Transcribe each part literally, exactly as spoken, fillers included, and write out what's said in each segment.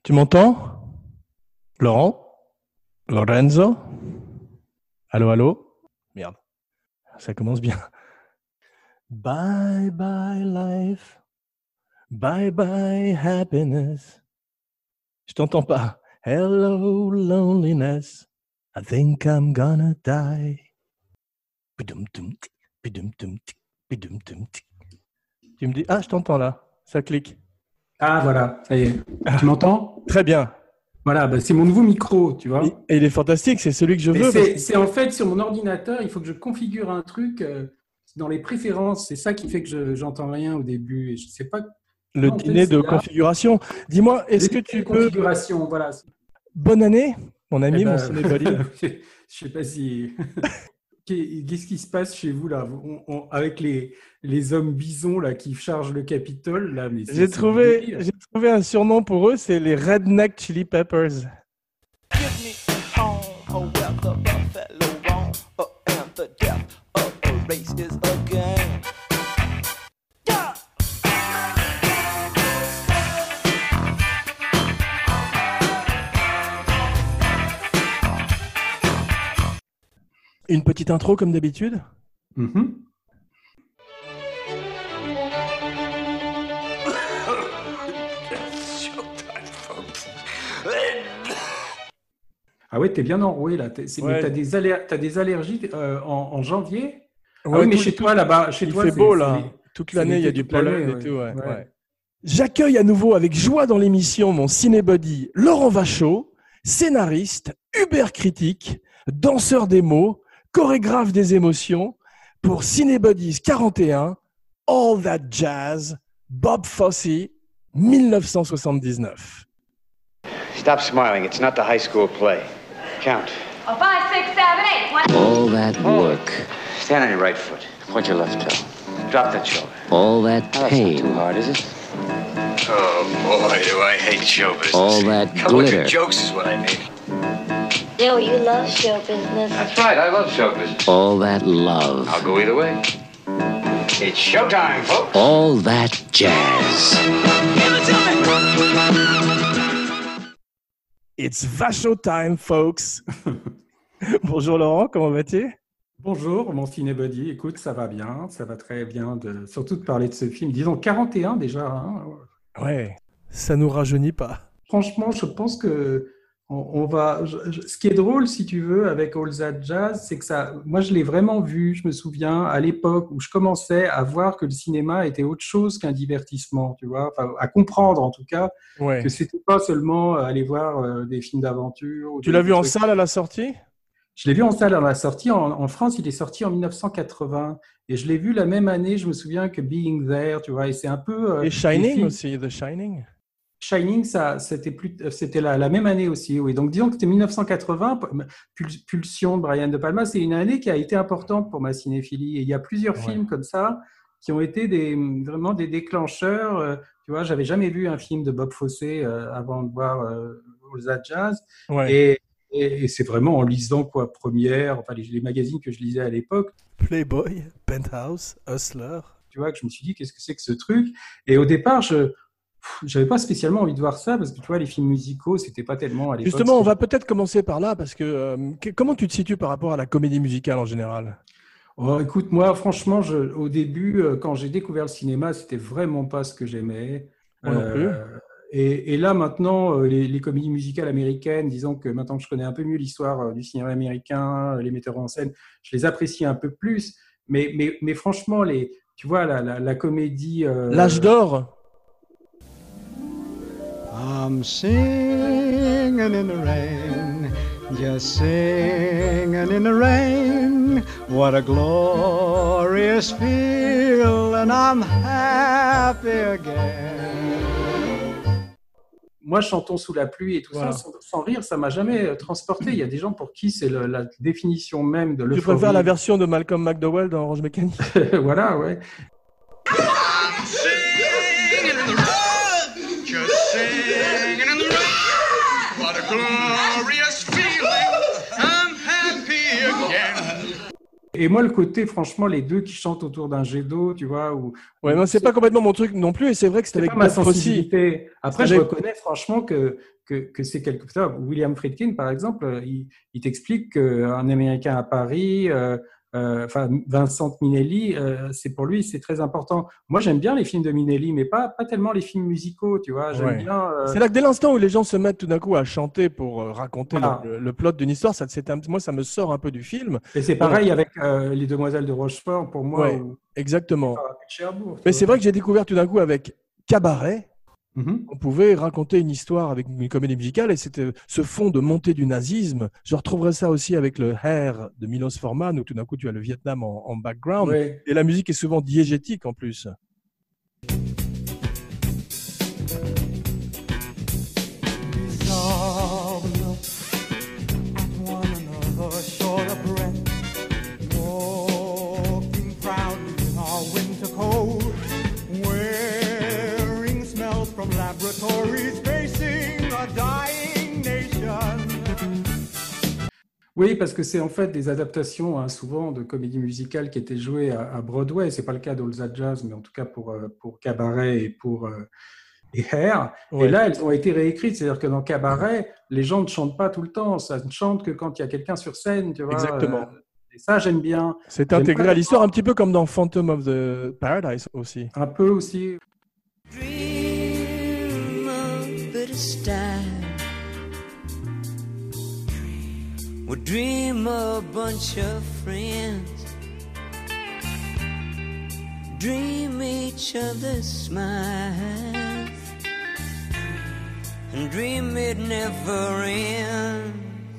Tu m'entends? Laurent? Lorenzo? Allô, allô? Merde, ça commence bien. Bye bye life, bye bye happiness. Je t'entends pas. Hello loneliness, I think I'm gonna die. Pidum-tum-tic, pidum-tum-tic, pidum-tum-tic. Tu me dis, ah, je t'entends là, ça clique. Ah, voilà, ça y est. Tu m'entends? Très bien. Voilà, bah, c'est mon nouveau micro, tu vois. Et, et il est fantastique, c'est celui que je Et veux. c'est, parce que- c'est en fait sur mon ordinateur, il faut que je configure un truc euh, dans les préférences. C'est ça qui fait que je, j'entends rien au début. Et je sais pas. Le Non, en fait, dîner c'est de là. configuration. Dis-moi, est-ce que Les tu peux... configurations, voilà. Bonne année, mon Eh ami, mon ben, cinébody. je sais pas si. Qu'est-ce qui se passe chez vous là, on, on, avec les, les hommes bisons là qui chargent le Capitole là, mais c'est, J'ai c'est du trouvé, délire. j'ai trouvé un surnom pour eux, c'est les Redneck Chili Peppers. Give me a home, oh, where the buffalo roam, oh, and the death of a race is a game. Yeah! Une petite intro comme d'habitude. Mm-hmm. Ah ouais, t'es bien enroué là. T'es, c'est, Ouais. mais t'as des, aller- t'as des allergies euh, en, en janvier? Ouais, Ah oui, mais tout- chez tout- toi là-bas, chez il toi, fait c'est, beau c'est là. les- Toute c'est l'année, il y a l'été du toute l'année, pollen et ouais. tout. Ouais, Ouais. ouais. J'accueille à nouveau avec joie dans l'émission mon cinébody Laurent Vachaud, scénariste, Uber critique, danseur des mots, chorégraphe des émotions, pour Cinébodies quarante et un, All That Jazz, Bob Fosse, dix-neuf cent soixante-dix-neuf. Stop smiling. It's not the high school play. Count. Oh, five, six, seven, eight. One. All that work, Stand on your right foot. Point your left toe. Drop that shoulder. all that Now, that's not pain, too hard, is it? Oh, boy, do I hate show business. all that Come with your glitter, jokes is what I need. Yo, you love show business. That's right. I love show business. all that love, I'll go either way. It's showtime, folks. all that jazz. It's Vachaud time, folks. Bonjour Laurent, comment vas-tu? Bonjour, mon cinébody. Écoute, ça va bien, ça va très bien, de, surtout de parler de ce film. Disons quarante et un déjà. Hein. Ouais, ça nous rajeunit pas. Franchement, je pense que on, on va. je- je- ce qui est drôle, si tu veux, avec All That Jazz, c'est que ça. Moi, je l'ai vraiment vu. Je me souviens à l'époque où je commençais à voir que le cinéma était autre chose qu'un divertissement. Tu vois, enfin, à comprendre en tout cas Ouais. que c'était pas seulement aller voir euh, des films d'aventure. ou Tu des- l'as vu des en trucs. salle à la sortie? Je l'ai vu en salle à la sortie. En, en France, il est sorti en dix-neuf cent quatre-vingts. Et je l'ai vu la même année, je me souviens, que Being There, tu vois. Et c'est un peu... euh, Et les Shining films- aussi, The Shining. Shining, ça, c'était, plus, c'était la, la même année aussi, oui. Donc, disons que c'était dix-neuf cent quatre-vingts. Pul- Pulsion de Brian De Palma, c'est une année qui a été importante pour ma cinéphilie. Et il y a plusieurs Ouais. films comme ça qui ont été des, vraiment des déclencheurs. Euh, Tu vois, j'avais jamais vu un film de Bob Fosse euh, avant de voir euh, All That Jazz. Ouais. Et, et, et c'est vraiment en lisant quoi, Première, enfin les, les magazines que je lisais à l'époque, Playboy, Penthouse, Hustler. tu vois, que je me suis dit qu'est-ce que c'est que ce truc. Et au départ, je pff, j'avais pas spécialement envie de voir ça parce que tu vois, les films musicaux, c'était pas tellement à l'époque. Justement, on ce que va peut-être commencer par là parce que euh, que- comment tu te situes par rapport à la comédie musicale en général? Oh, écoute, moi, franchement, je, au début, euh, quand j'ai découvert le cinéma, c'était vraiment pas ce que j'aimais. Moi non plus. et, et là, maintenant, euh, les, les comédies musicales américaines, disons que maintenant que je connais un peu mieux l'histoire euh, du cinéma américain, euh, les metteurs en scène, je les apprécie un peu plus. Mais, mais, mais franchement, les, tu vois, la, la, la comédie. euh, L'âge d'or. I'm singing in the rain, just singing in the rain. What a glorious feel, and I'm happy again. Moi, chantons sous la pluie et tout Voilà. ça, sans, sans rire, ça m'a jamais euh, transporté. Il y a des gens pour qui c'est le- la définition même de Tu l'euphorie. préfères la version de Malcolm McDowell dans Orange Mécanique? Voilà, ouais. Et moi, le côté, franchement, les deux qui chantent autour d'un jet d'eau, tu vois, ou Ouais, non, c'est pas complètement mon truc non plus, et c'est vrai que c'était c'est avec pas ma Bob Fosse. sensibilité. Après, C'est je avec- reconnais franchement que, que, que c'est quelque chose. William Friedkin, par exemple, il, il t'explique qu'un Américain à Paris, euh, euh, enfin, Vincent Minnelli, euh, c'est pour lui, c'est très important. Moi, j'aime bien les films de Minnelli, mais pas, pas tellement les films musicaux, tu vois. J'aime Ouais. bien. euh, C'est là que dès l'instant où les gens se mettent tout d'un coup à chanter pour euh, raconter Voilà. le, le- le plot d'une histoire, ça, c'est un- moi, ça me sort un peu du film. Et c'est pareil avec euh, Les Demoiselles de Rochefort, pour moi, Ouais, ou exactement. Sarah Cherbourg. tu Mais vois. c'est vrai que j'ai découvert tout d'un coup avec Cabaret, Mhm. on pouvait raconter une histoire avec une comédie musicale et c'était ce fond de montée du nazisme. Je retrouverai ça aussi avec le Hair de Milos Forman où tout d'un coup tu as le Vietnam en, en background Ouais. et la musique est souvent diégétique en plus. Resolve look at one another, short of breath, walking proudly in our winter coat, wearing smells from laboratories, facing a dying nation. Oui, parce que c'est en fait des adaptations hein, souvent de comédies musicales qui étaient jouées à, à Broadway. C'est pas le cas d'All That Jazz, mais en tout cas pour, euh, pour Cabaret et pour euh, et Hair. Ouais. Et là, elles ont été réécrites. C'est-à-dire que dans Cabaret, les gens ne chantent pas tout le temps. Ça ne chante que quand il y a quelqu'un sur scène, tu vois. Exactement. Euh, Et ça, j'aime bien. C'est J'aime intégré pas à l'histoire un petit peu comme dans Phantom of the Paradise aussi. Un peu aussi. Dream a bit of style. We dream a bunch of friends. Dream each other's smiles. And dream it never ends.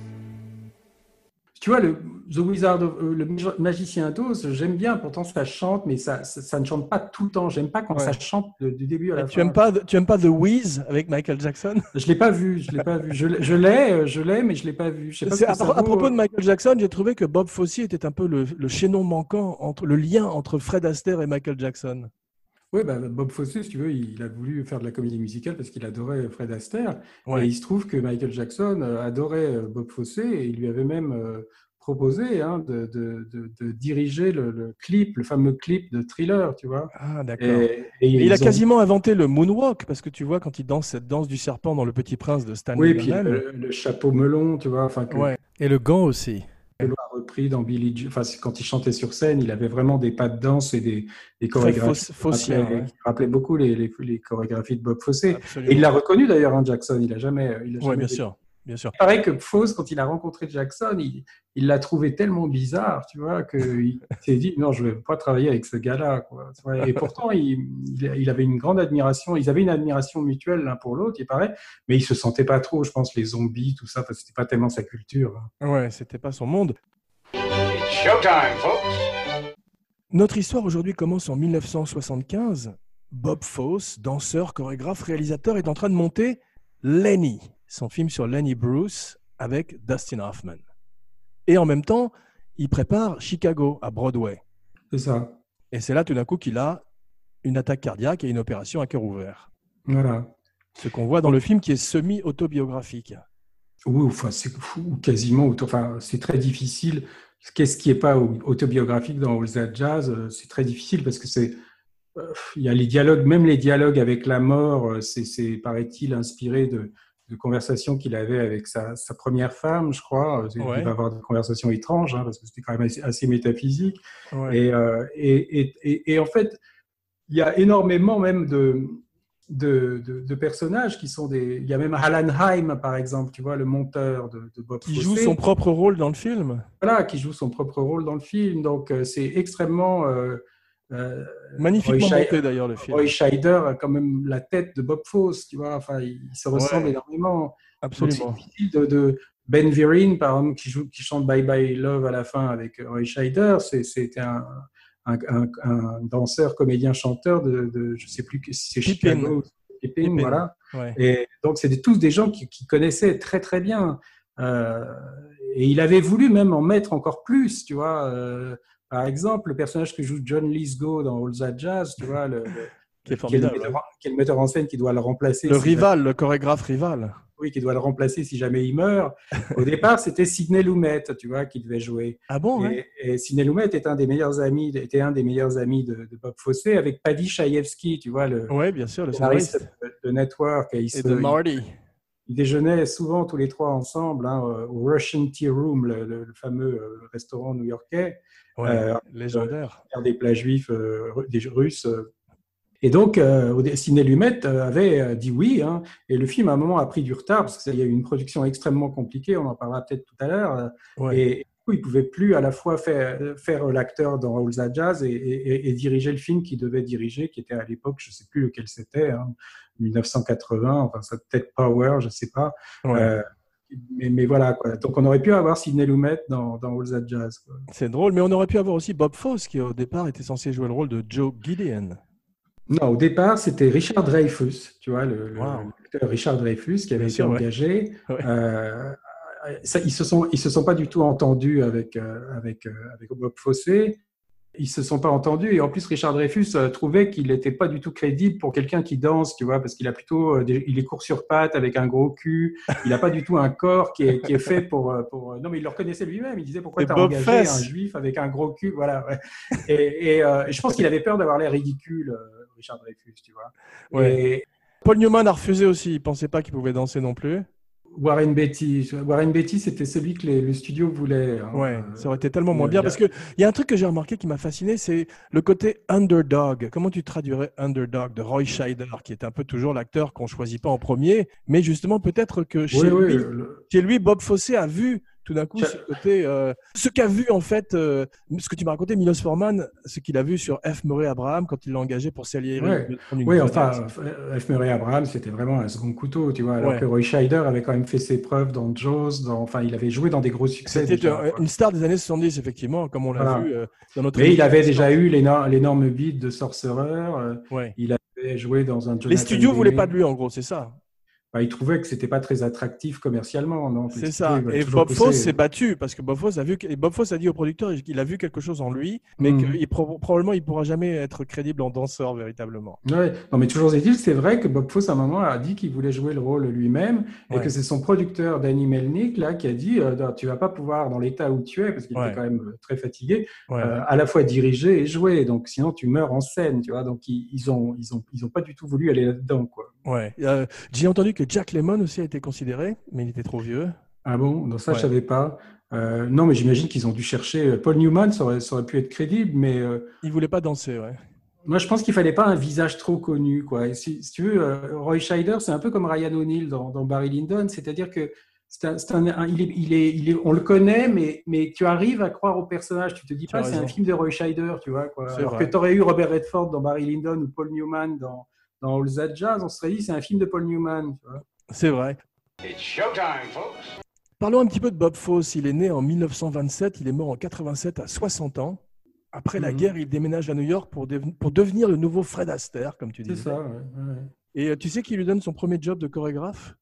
Tu vois, le The Wizard of, euh, le magicien d'Oz, j'aime bien. Pourtant, ça chante, mais ça, ça, ça ne chante pas tout le temps. J'aime pas quand Ouais. ça chante de- du début à la Et fin. tu aimes pas, tu aimes pas The Wiz avec Michael Jackson? Je l'ai pas vu. Je l'ai pas vu. Je, l'ai- je l'ai, euh, je l'ai, mais je l'ai pas vu. Je sais pas C'est- ce que à, ça pro- à vaut. propos de Michael Jackson, j'ai trouvé que Bob Fosse était un peu le, le chaînon manquant entre le lien entre Fred Astaire et Michael Jackson. Oui, bah, Bob Fosse, si tu veux, il a voulu faire de la comédie musicale parce qu'il adorait Fred Astaire. Ouais. Et il se trouve que Michael Jackson euh, adorait euh, Bob Fosse et il lui avait même euh, proposé hein, de, de, de, de diriger le, le clip, le fameux clip de Thriller, tu vois. Ah, d'accord. Et, et Et il a ils ont- quasiment inventé le moonwalk parce que tu vois quand il danse cette danse du serpent dans Le Petit Prince de Stanley Oui, et puis Donen. le, le chapeau melon, tu vois, enfin que Ouais. Et le gant aussi. que l'on a repris dans Billie Jean. Enfin, c'est quand il chantait sur scène, il avait vraiment des pas de danse et des, des Très chorégraphies fausse- qui faussien, rappelaient, ouais. qui rappelaient beaucoup les, les, les chorégraphies de Bob Fosse. Et Absolument. il l'a reconnu d'ailleurs, hein, Jackson. Il a jamais, il a Ouais, jamais bien dit- sûr, bien sûr. Il paraît que Fosse, quand il a rencontré Jackson, il il l'a trouvé tellement bizarre, tu vois, qu'il s'est dit non, je ne vais pas travailler avec ce gars-là, quoi. Tu vois. Et pourtant, il, il- il avait une grande admiration. Ils avaient une admiration mutuelle l'un pour l'autre, il paraît, mais il se sentait pas trop, je pense, les zombies, tout ça, parce que c'était pas tellement sa culture. hein. Ouais, c'était pas son monde. It's showtime, folks. Notre histoire aujourd'hui commence en mille neuf cent soixante-quinze. Bob Fosse, danseur, chorégraphe, réalisateur, est en train de monter Lenny, son film sur Lenny Bruce avec Dustin Hoffman. Et en même temps, il prépare Chicago à Broadway. C'est ça. Et c'est là tout d'un coup qu'il a une attaque cardiaque et une opération à cœur ouvert. Voilà. Ce qu'on voit dans le film qui est semi-autobiographique. Oui, enfin, c'est fou, quasiment. auto- Enfin, c'est très difficile. Qu'est-ce qui n'est pas autobiographique dans All That Jazz? euh, C'est très difficile parce que c'est. euh, Il y a les dialogues, même les dialogues avec la mort, euh, c'est, c'est paraît-il, inspiré de, de conversations qu'il avait avec sa, sa première femme, je crois. Il Ouais. va avoir des conversations étranges hein, parce que c'était quand même assez, assez métaphysique. Ouais. Et, euh, et, et, et, et en fait, il y a énormément même de, de, de, de personnages qui sont des. Il y a même Alan Haim, par exemple, tu vois, le monteur de, de Bob Qui Fosse, joue son propre rôle dans le film. voilà, qui joue son propre rôle dans le film. Donc, euh, c'est extrêmement. Euh, euh, Magnifiquement Roy Schei- monté d'ailleurs le film. Roy Scheider a quand même la tête de Bob Fosse, tu vois. Enfin, ils ils se ressemblent Ouais. énormément. Donc, Absolument. c'est difficile de, de Ben Vereen, par exemple, qui, joue, qui chante Bye Bye Love à la fin avec Roy Scheider, c'est, c'était un, un, un, un danseur, comédien, chanteur de, de je ne sais plus si c'est Pippin. Chicago, Pippin, Pippin. voilà. Ouais. Et donc, c'est des- tous des gens qui, qui connaissaient très très bien. Euh, et il avait voulu même en mettre encore plus, tu vois. Euh, par exemple, le personnage que joue John Lithgow dans All That Jazz, tu vois, le, le- Qui est qui est le formidable. metteur en- qui est le metteur en scène qui doit le remplacer. Le si rival, le chorégraphe rival. oui, qui doit le remplacer si jamais il meurt. Au départ, c'était Sidney Lumet, tu vois, qui devait jouer. Ah bon, et, ouais. et Sidney Lumet était un des meilleurs amis, était un des meilleurs amis de, de Bob Fosse, avec Paddy Chayefsky, tu vois, le Ouais, bien sûr, le scénariste scénariste. de, de Network. Et, ils Et se- de Marty. ils- ils déjeunaient souvent tous les trois ensemble hein, au Russian Tea Room, le, le- le fameux euh, restaurant new-yorkais, Ouais, euh, légendaire. faire des plats juifs euh, ru- des Russes. euh. Et donc, euh, au dé- Sidney Lumet euh, avait euh, dit oui. Hein, et le film, à un moment, a pris du retard parce qu'il y a eu une production extrêmement compliquée. On en parlera peut-être tout à l'heure. euh, Ouais. Et du coup, il ne pouvait plus à la fois faire, faire l'acteur dans All That Jazz et, et- et diriger le film qu'il devait diriger, qui était à l'époque, je ne sais plus lequel c'était, hein, dix-neuf cent quatre-vingts, enfin, ça peut-être Power, je ne sais pas. Ouais. Euh, mais, mais voilà, quoi. Donc, on aurait pu avoir Sidney Lumet dans, dans All That Jazz. Quoi. C'est drôle, mais on aurait pu avoir aussi Bob Fosse, qui au départ était censé jouer le rôle de Joe Gideon. Non, au départ, c'était Richard Dreyfuss, tu vois, le, le- Wow. l'acteur Richard Dreyfuss qui avait Bien été sûr, ouais. engagé. Ouais. Euh, ça, ils se sont, ils se sont pas du tout entendus avec euh, avec euh, avec Bob Fosse. Ils se sont pas entendus et en plus Richard Dreyfuss euh, trouvait qu'il n'était pas du tout crédible pour quelqu'un qui danse, tu vois, parce qu'il a plutôt, euh, des- il est court sur pattes avec un gros cul. Il n'a pas du tout un corps qui est qui est fait pour euh, pour. Non, mais il le reconnaissait lui-même. Il disait pourquoi C'est tu as Bob engagé Fess. un juif avec un gros cul, voilà. Ouais. Et, et, euh, je pense qu'il avait peur d'avoir l'air ridicule, euh, Richard Dreyfuss, tu vois. Ouais. Et Paul Newman a refusé aussi, il pensait pas qu'il pouvait danser non plus. Warren Beatty, Warren Beatty, c'était celui que les- le studio voulait. hein. Ouais, ça aurait été tellement il moins a- bien. il a- Parce qu'il y a un truc que j'ai remarqué qui m'a fasciné, c'est le côté underdog. Comment tu traduirais underdog de Roy Scheider, qui est un peu toujours l'acteur qu'on choisit pas en premier. Mais justement, peut-être que chez, Oui, oui, lui, le- chez lui, Bob Fosse a vu tout d'un coup Cha- ce côté. euh, ce qu'a vu en fait, euh, ce que tu m'as raconté, Milos Forman, ce qu'il a vu sur F. Murray Abraham quand il l'a engagé pour Salieri. Ouais. de prendre une Oui, vedette. enfin, F. Murray Abraham, c'était vraiment un second couteau, tu vois, alors Ouais. que Roy Scheider avait quand même fait ses preuves dans Jaws, dans, enfin, il avait joué dans des gros succès. C'était déjà, un- quoi. une star des années soixante-dix, effectivement, comme on l'a Voilà. vu euh, dans notre. Mais il avait émission. déjà eu l'énorme, l'énorme beat de Sorcerer, euh, Ouais. il avait joué dans un Jonathan Les studios Demme. voulaient pas de lui, en gros, c'est ça. Bah, il trouvait que c'était pas très attractif commercialement, non? Les C'est studios, ça. ils veulent Et toujours Bob pousser- Fosse s'est battu parce que Bob Fosse a vu que- et Bob Fosse a dit au producteur qu'il a vu quelque chose en lui, mais Mhm. que il pro- probablement il pourra jamais être crédible en danseur véritablement. Ouais. Non, mais toujours est-il, c'est vrai que Bob Fosse, à un moment, a dit qu'il voulait jouer le rôle lui-même et Ouais. que c'est son producteur, Danny Melnick, là, qui a dit euh, non, tu vas pas pouvoir, dans l'état où tu es, parce qu'il Ouais. était quand même euh, très fatigué, Ouais. euh, à la fois diriger et jouer. Donc, sinon, tu meurs en scène, tu vois. Donc, ils, ils ont, ils ont, ils ont pas du tout voulu aller là-dedans, quoi. Ouais. Euh, j'ai entendu que Jack Lemmon aussi a été considéré, mais il était trop vieux. Ah bon? Non, ça, Ouais. je savais pas. Euh, non, mais j'imagine qu'ils ont dû chercher. Paul Newman, ça aurait, ça aurait pu être crédible, mais euh, Il voulait pas danser, ouais. moi, je pense qu'il fallait pas un visage trop connu, quoi. Et si, si tu veux, euh, Roy Scheider, c'est un peu comme Ryan O'Neal dans, dans Barry Lyndon, c'est-à-dire que c'est un, c'est un, un- il est, il est, il est, on le connaît, mais, mais tu arrives à croire au personnage. Tu te dis Tu pas, as c'est raison. un film de Roy Scheider, tu vois, quoi. C'est Alors vrai. que tu aurais eu Robert Redford dans Barry Lyndon ou Paul Newman dans, dans All That Jazz, on se serait dit, c'est un film de Paul Newman, tu vois. C'est vrai. It's showtime, folks. Parlons un petit peu de Bob Fosse. Il est né en mille neuf cent vingt-sept, il est mort en quatre-vingt-sept à soixante ans. Après la Mhm. guerre, il déménage à New York pour, dev- pour devenir le nouveau Fred Astaire, comme tu C'est disais. ça, ouais, ouais. Et euh, tu sais qui lui donne son premier job de chorégraphe?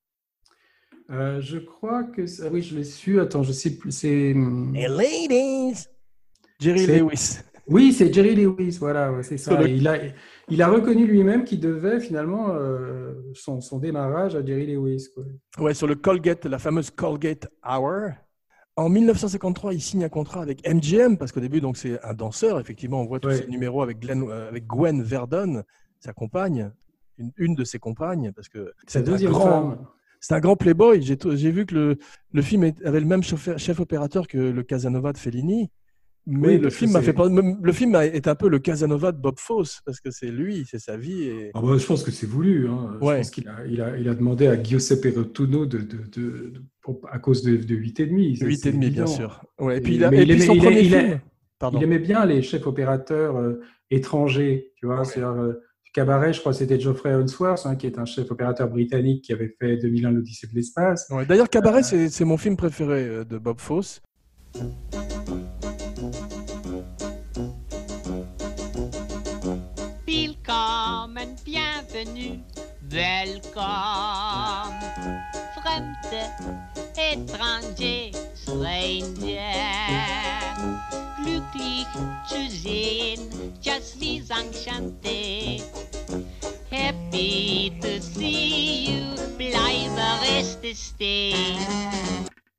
Euh, je crois que c'est- ah oui, je l'ai su. Attends, je sais plus. C'est ladies! Jerry C'est- Lewis. oui, c'est Jerry Lewis. Voilà, ouais, c'est ça. Sur le- Et Il a, il a reconnu lui-même qu'il devait finalement euh, son, son démarrage à Jerry Lewis, quoi. Ouais, sur le Colgate, la fameuse Colgate Hour. En mille neuf cent cinquante-trois, il signe un contrat avec M G M parce qu'au début, donc c'est un danseur. Effectivement, on voit tous Ouais. ses numéros avec, Glenn, euh, avec Gwen Verdon, sa compagne, une, une de ses compagnes, parce que Sa c'est un deuxième grand, femme. c'est un grand playboy. J'ai, tout- j'ai vu que le, le film est- avait le même chauffeur- chef opérateur que le Casanova de Fellini. Mais Oui, le parce que film m'a c'est- fait pas- le film est un peu le Casanova de Bob Fosse parce que c'est lui, c'est sa vie. Et... Ah bah, je pense que c'est voulu. Hein. Je Ouais. pense qu'il a, il a, il a demandé à Giuseppe Rotuno de, de, de, de- pour- à cause de, de huit et demi. C'est- huit c'est et demi, bien évident. sûr. Ouais, et Et- puis, il a, mais et il puis aimait- son il a- premier il a- film. Pardon. Il aimait bien les chefs opérateurs euh, étrangers, tu vois. Ouais. C'est-à-dire, euh, Cabaret, je crois que c'était Geoffrey Unsworth, hein, qui est un chef opérateur britannique qui avait fait deux mille un l'Odyssée de l'espace. Ouais, d'ailleurs, Cabaret, c'est, c'est mon film préféré euh, de Bob Fosse. Willkommen, bienvenue, welcome. Fremde, étranger, stranger. Glücklich zu sehen, je suis enchanté. Happy to see you, bleibe reste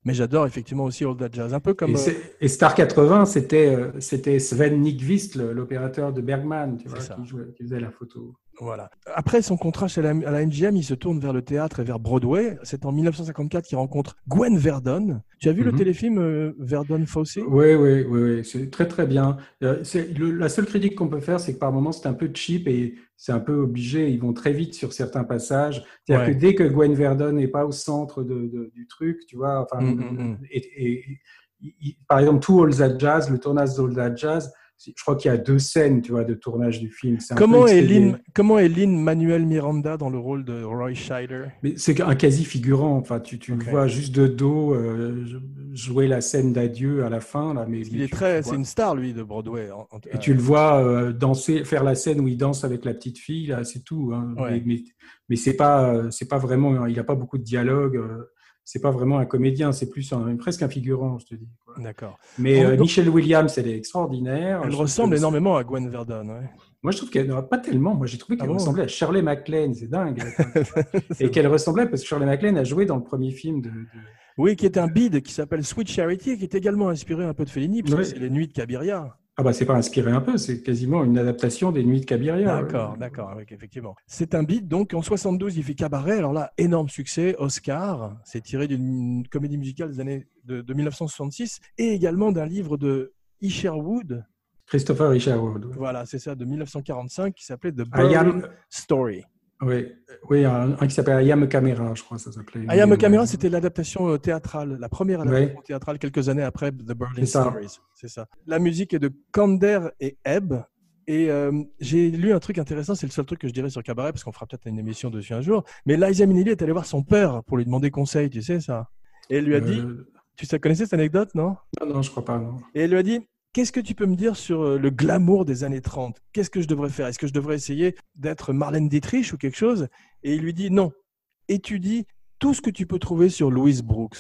Mais j'adore effectivement aussi All That Jazz, un peu comme... Et, euh, et Star quatre-vingts, c'était, euh, c'était Sven Nykvist, le- l'opérateur de Bergman, tu vois, qui, jouait, qui faisait la photo. Voilà. Après son contrat chez la, à la M G M, il se tourne vers le théâtre et vers Broadway. C'est en dix-neuf cent cinquante-quatre qu'il rencontre Gwen Verdon. Tu as vu mm-hmm. le téléfilm euh, Verdon-Fosse ? Oui, oui, oui, oui, c'est très très bien. Euh, c'est le, la seule critique qu'on peut faire, c'est que par moments c'est un peu cheap et c'est un peu obligé. Ils vont très vite sur certains passages. C'est-à-dire ouais. que dès que Gwen Verdon n'est pas au centre de, de, du truc, tu vois, enfin, mm-hmm. et, et, et, et, par exemple, tout All That Jazz, le tournage d'All That Jazz. Je crois qu'il y a deux scènes, tu vois, de tournage du film. C'est un comment, est Lin, comment est Lin-Manuel Miranda dans le rôle de Roy Scheider ? Mais c'est un quasi-figurant. Enfin, tu, tu okay. le vois juste de dos euh, jouer la scène d'adieu à la fin. Là, mais, il mais est très, c'est une star lui de Broadway. En, en, et euh, tu le vois euh, danser, faire la scène où il danse avec la petite fille. Là, c'est tout. Hein. Ouais. Mais, mais, mais c'est pas, c'est pas vraiment. Il a pas beaucoup de dialogue. Euh, c'est pas vraiment un comédien, c'est plus un, presque un figurant, je te dis. Quoi. D'accord. Mais euh, Michelle Williams, elle est extraordinaire. Elle ressemble énormément à Gwen Verdon. Ouais. Moi, je trouve qu'elle n'aura pas tellement. Moi, j'ai trouvé qu'elle ah bon ressemblait à Shirley MacLaine, c'est dingue. c'est et qu'elle ressemblait parce que Shirley MacLaine a joué dans le premier film de. de... Oui, qui est un bide qui s'appelle Sweet Charity, qui est également inspiré un peu de Fellini, parce oui. que c'est les Nuits de Cabiria. Ah bah c'est pas inspiré un peu, c'est quasiment une adaptation des Nuits de Cabiria. D'accord, ouais. d'accord, oui, effectivement. C'est un beat, donc en soixante-douze, il fait Cabaret. Alors là, énorme succès, Oscar. C'est tiré d'une comédie musicale des années de, de dix-neuf cent soixante-six et également d'un livre de Isherwood. Christopher Isherwood. Ouais. Voilà, c'est ça, de dix-neuf cent quarante-cinq, qui s'appelait The Berlin am... Story. Oui, oui, un, un qui s'appelle I Am a Camera, je crois que ça s'appelait. I Am a Camera, c'était l'adaptation théâtrale, la première adaptation ouais. théâtrale quelques années après The Berlin Stories. C'est ça. La musique est de Kander et Ebb. Et euh, j'ai lu un truc intéressant, c'est le seul truc que je dirais sur Cabaret, parce qu'on fera peut-être une émission dessus un jour. Mais Liza Minnelli est allée voir son père pour lui demander conseil, tu sais ça. Et elle lui a euh... dit, tu sais, connaissais cette anecdote, non ? Non, non, je crois pas, non. Et elle lui a dit, qu'est-ce que tu peux me dire sur le glamour des années trente ? Qu'est-ce que je devrais faire ? Est-ce que je devrais essayer d'être Marlène Dietrich ou quelque chose ? Et il lui dit non. Étudie tout ce que tu peux trouver sur Louise Brooks.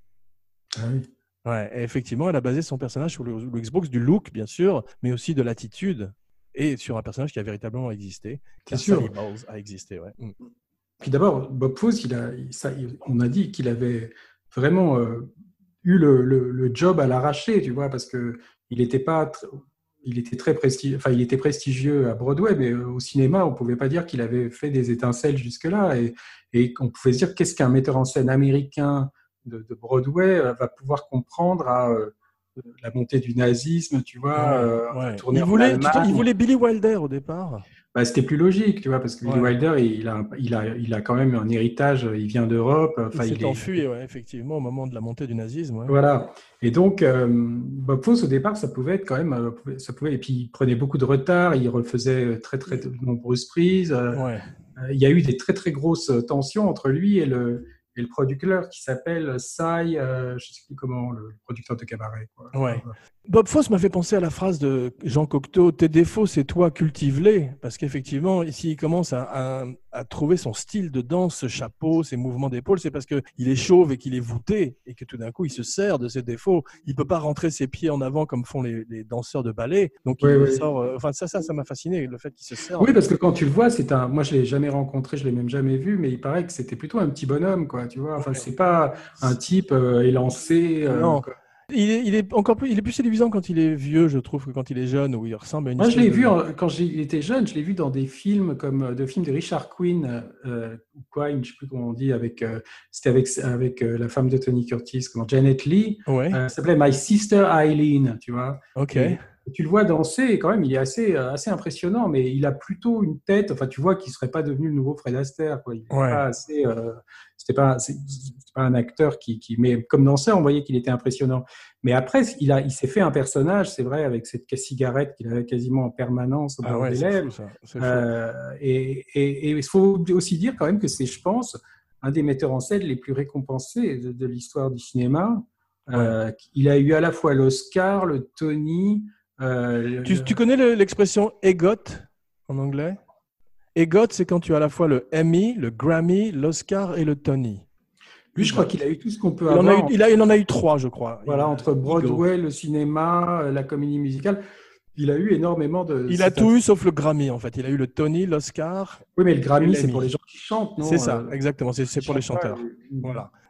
Ah oui. Ouais, et effectivement, elle a basé son personnage sur Louise Brooks, du look, bien sûr, mais aussi de l'attitude, et sur un personnage qui a véritablement existé. C'est sûr. Sally Bowles a existé, ouais. Mm. Puis d'abord, Bob Fosse, il a, il, ça, il, on a dit qu'il avait vraiment euh, eu le, le, le job à l'arracher, tu vois, parce que il était pas, il était très prestigieux, enfin il était prestigieux à Broadway, mais au cinéma on pouvait pas dire qu'il avait fait des étincelles jusque-là, et, et on pouvait se dire qu'est-ce qu'un metteur en scène américain de, de Broadway va pouvoir comprendre à euh, la montée du nazisme, tu vois. Ouais, euh, ouais. Tourner il voulait, en il voulait Billy Wilder au départ. Bah, c'était plus logique, tu vois, parce que Billy ouais. Wilder, il a, il, a, il a quand même un héritage, il vient d'Europe. Enfin, il s'est enfui, est... ouais, effectivement, au moment de la montée du nazisme. Ouais. Voilà. Et donc, euh, Bob Fosse, au départ, ça pouvait être quand même... Ça pouvait, et puis, il prenait beaucoup de retard, il refaisait très, très de nombreuses prises. Ouais. Euh, il y a eu des très, très grosses tensions entre lui et le, et le producteur qui s'appelle Cy, euh, je ne sais plus comment, le producteur de Cabaret. Quoi. Ouais. Bob Fosse m'a fait penser à la phrase de Jean Cocteau, « Tes défauts, c'est toi, cultive-les ». Parce qu'effectivement, ici, il commence à, à, à trouver son style de danse, ce chapeau, ses mouvements d'épaule. C'est parce qu'il est chauve et qu'il est voûté et que tout d'un coup, il se sert de ses défauts. Il ne peut pas rentrer ses pieds en avant comme font les, les danseurs de ballet. Donc, il oui, oui. sort… Euh, enfin, ça, ça, ça m'a fasciné, le fait qu'il se sert. Oui, parce que quand tu le vois, c'est un… Moi, je ne l'ai jamais rencontré, je ne l'ai même jamais vu, mais il paraît que c'était plutôt un petit bonhomme, quoi, tu vois. Enfin, ouais. c'est pas un type euh, élancé. Euh, non. Quoi. Il est, il est encore plus, il est plus séduisant quand il est vieux, je trouve, que quand il est jeune, où il ressemble à une. Moi, je l'ai de... vu en, quand j'étais jeune. Je l'ai vu dans des films comme de films de Richard Quinn euh, ou Quine, je sais plus comment on dit. Avec, euh, c'était avec avec euh, la femme de Tony Curtis, comment Janet Leigh. Ouais. Euh, ça s'appelait My Sister Eileen, tu vois. Ok. Et, et tu le vois danser, et quand même, il est assez assez impressionnant, mais il a plutôt une tête. Enfin, tu vois qu'il serait pas devenu le nouveau Fred Astaire, quoi. Il est ouais. pas assez. Euh, C'était pas, c'est, c'est pas un acteur qui, qui, mais comme danseur, on voyait qu'il était impressionnant. Mais après, il a, il s'est fait un personnage, c'est vrai, avec cette cigarette qu'il avait quasiment en permanence au bord ah ouais, des lèvres. C'est fou, ça. C'est euh, et, et, et il faut aussi dire quand même que c'est, je pense, un des metteurs en scène les plus récompensés de, de l'histoire du cinéma. Ouais. Euh, il a eu à la fois l'Oscar, le Tony. Euh, tu, le... tu connais le, l'expression EGOT en anglais? EGOT, c'est quand tu as à la fois le Emmy, le Grammy, l'Oscar et le Tony. Lui, je crois qu'il a eu tout ce qu'on peut il avoir. En a eu, il, a, il en a eu trois, je crois. Voilà, il entre Broadway, le cinéma, la comédie musicale. Il a eu énormément de… Il a tout un... eu sauf le Grammy, en fait. Il a eu le Tony, l'Oscar. Oui, mais le Grammy, c'est pour les gens qui chantent, non? C'est ça, exactement. C'est, c'est pour les chanteurs. Pas, voilà.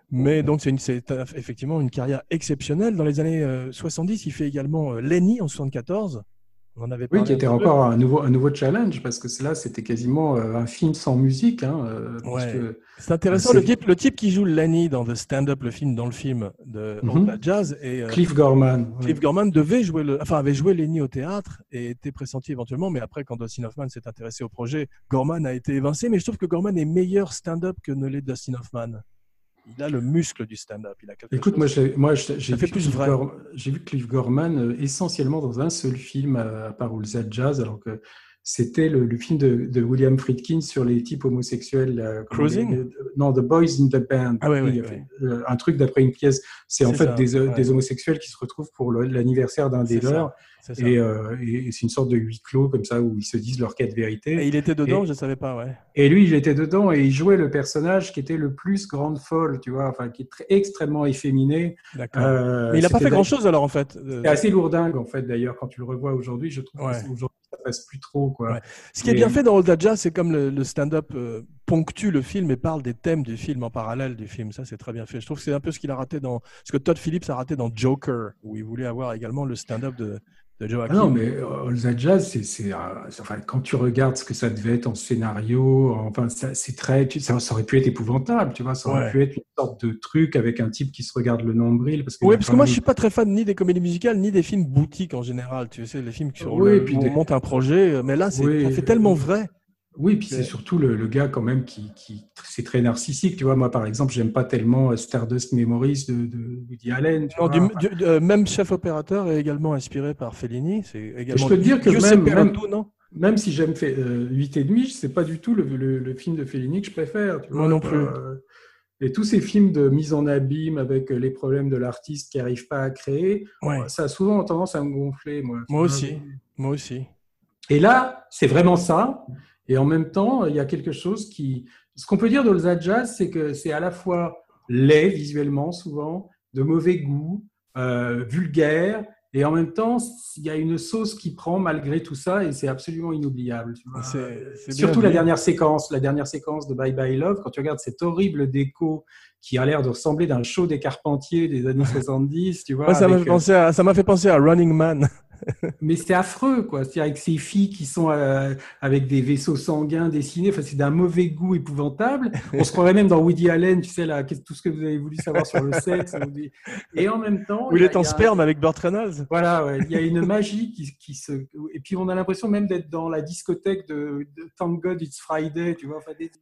Mais donc, c'est, une, c'est euh, effectivement une carrière exceptionnelle. Dans les années euh, soixante-dix, il fait également euh, Lenny en soixante-quatorze. On en avait Oui, parlé qui un était petit peu. encore un nouveau, un nouveau challenge, parce que là, c'était quasiment euh, un film sans musique. Hein, euh, Ouais. puisque, C'est intéressant. euh, Le c'est- type, le type qui joue Lenny dans The Stand-Up, le film, dans le film de Mhm. All That Jazz, et euh, Cliff Gorman. ouais. Cliff Gorman devait jouer le, enfin avait joué Lenny au théâtre et était pressenti éventuellement, mais après quand Dustin Hoffman s'est intéressé au projet, Gorman a été évincé. Mais je trouve que Gorman est meilleur stand-up que ne l'est Dustin Hoffman. Il a le muscle du stand-up. Il a quelque Écoute, chose. moi, j'ai, moi, j'ai, j'ai Ça fait vu plus Cliff vrai. Gor- j'ai vu Cliff Gorman euh, essentiellement dans un seul film, euh, à part All That Jazz, alors que c'était le, le film de, de William Friedkin sur les types homosexuels. là, comment Cruising les- les- Non, The Boys in the Band. Ah ouais, Oui, ouais, il a fait, ouais. euh, un truc d'après une pièce. C'est en C'est fait ça, des, euh, ouais. des homosexuels qui se retrouvent pour le- l'anniversaire d'un des C'est ça, leurs. c'est ça. Et, euh, et c'est une sorte de huis clos comme ça où ils se disent leur quête vérité. Et il était dedans, Et- je savais pas, ouais. Et lui, il était dedans et il jouait le personnage qui était le plus grande folle, tu vois, enfin qui est très, extrêmement efféminé. D'accord. Euh, Mais il a pas c'était fait grand-chose alors en fait. Euh, C'est assez lourdingue en fait d'ailleurs quand tu le revois aujourd'hui. Je trouve Ouais. que c'est- aujourd'hui ça passe plus trop quoi. Ouais. Ce qui est Mais- bien fait dans All That Jazz, c'est comme le, le stand-up euh, ponctue le film et parle des thèmes du film en parallèle du film. Ça, c'est très bien fait. Je trouve que c'est un peu ce qu'il a raté dans, ce que Todd Phillips a raté dans Joker, où il voulait avoir également le stand-up de, de Ah Joaquin. non, mais euh, All That Jazz, c'est, c'est, euh, c'est- enfin, quand tu regardes ce que ça devait être en scénario, enfin, ça, c'est très, tu- ça, ça aurait pu être épouvantable, tu vois, ça aurait Ouais. pu être une sorte de truc avec un type qui se regarde le nombril. Parce, qu'il y Oui, a parce quand que moi, même- je suis pas très fan ni des comédies musicales, ni des films boutiques en général. Tu sais, les films sur Oui, le, et puis où des- on monte un projet. Mais là, c'est, Oui, ça fait tellement euh, vrai. Oui, puis c'est Ouais. surtout le, le gars quand même qui, qui c'est très narcissique, tu vois. Moi, par exemple, j'aime pas tellement euh, Stardust Memories de, de Woody Allen. Tu Non, vois. du, Enfin, du- euh, même chef opérateur est également inspiré par Fellini. C'est également. je peux te dire que Giuseppe même- même- Perotti, non même si j'aime fait euh, huit et demi, c'est pas du tout le, le, le film de Fellini que je préfère. Tu Moi vois, non quoi. plus. Euh, Et tous ces films de mise en abîme avec euh, les problèmes de l'artiste qui n'arrive pas à créer, Ouais. ça a souvent tendance à me gonfler, moi. tu Moi vois. aussi. Moi aussi. Et là, c'est vraiment ça. Et en même temps, il y a quelque chose qui... Ce qu'on peut dire d'All That Jazz, c'est que c'est à la fois laid visuellement, souvent, de mauvais goût, euh, vulgaire, et en même temps, il y a une sauce qui prend malgré tout ça, et c'est absolument inoubliable. Tu vois. C'est- c'est Surtout bien la dit. dernière séquence, la dernière séquence de Bye Bye Love, quand tu regardes cette horrible déco qui a l'air de ressembler d'un show des Carpentiers des années soixante-dix, tu vois. Moi, ça m'a avec, fait penser à, ça m'a fait penser à Running Man. mais c'est affreux, quoi. C'est-à-dire avec ces filles qui sont euh, avec des vaisseaux sanguins dessinés. Enfin, c'est d'un mauvais goût épouvantable. On se croirait même dans Woody Allen, tu sais, là, qu'est-ce- tout ce que vous avez voulu savoir sur le sexe. on dit- Et en même temps, Où il y a- est en y a un- sperme avec Burt Reynolds. Voilà, ouais, il y a une magie qui, qui se. Et puis on a l'impression même d'être dans la discothèque de, de Thank God It's Friday, tu vois. Enfin, des...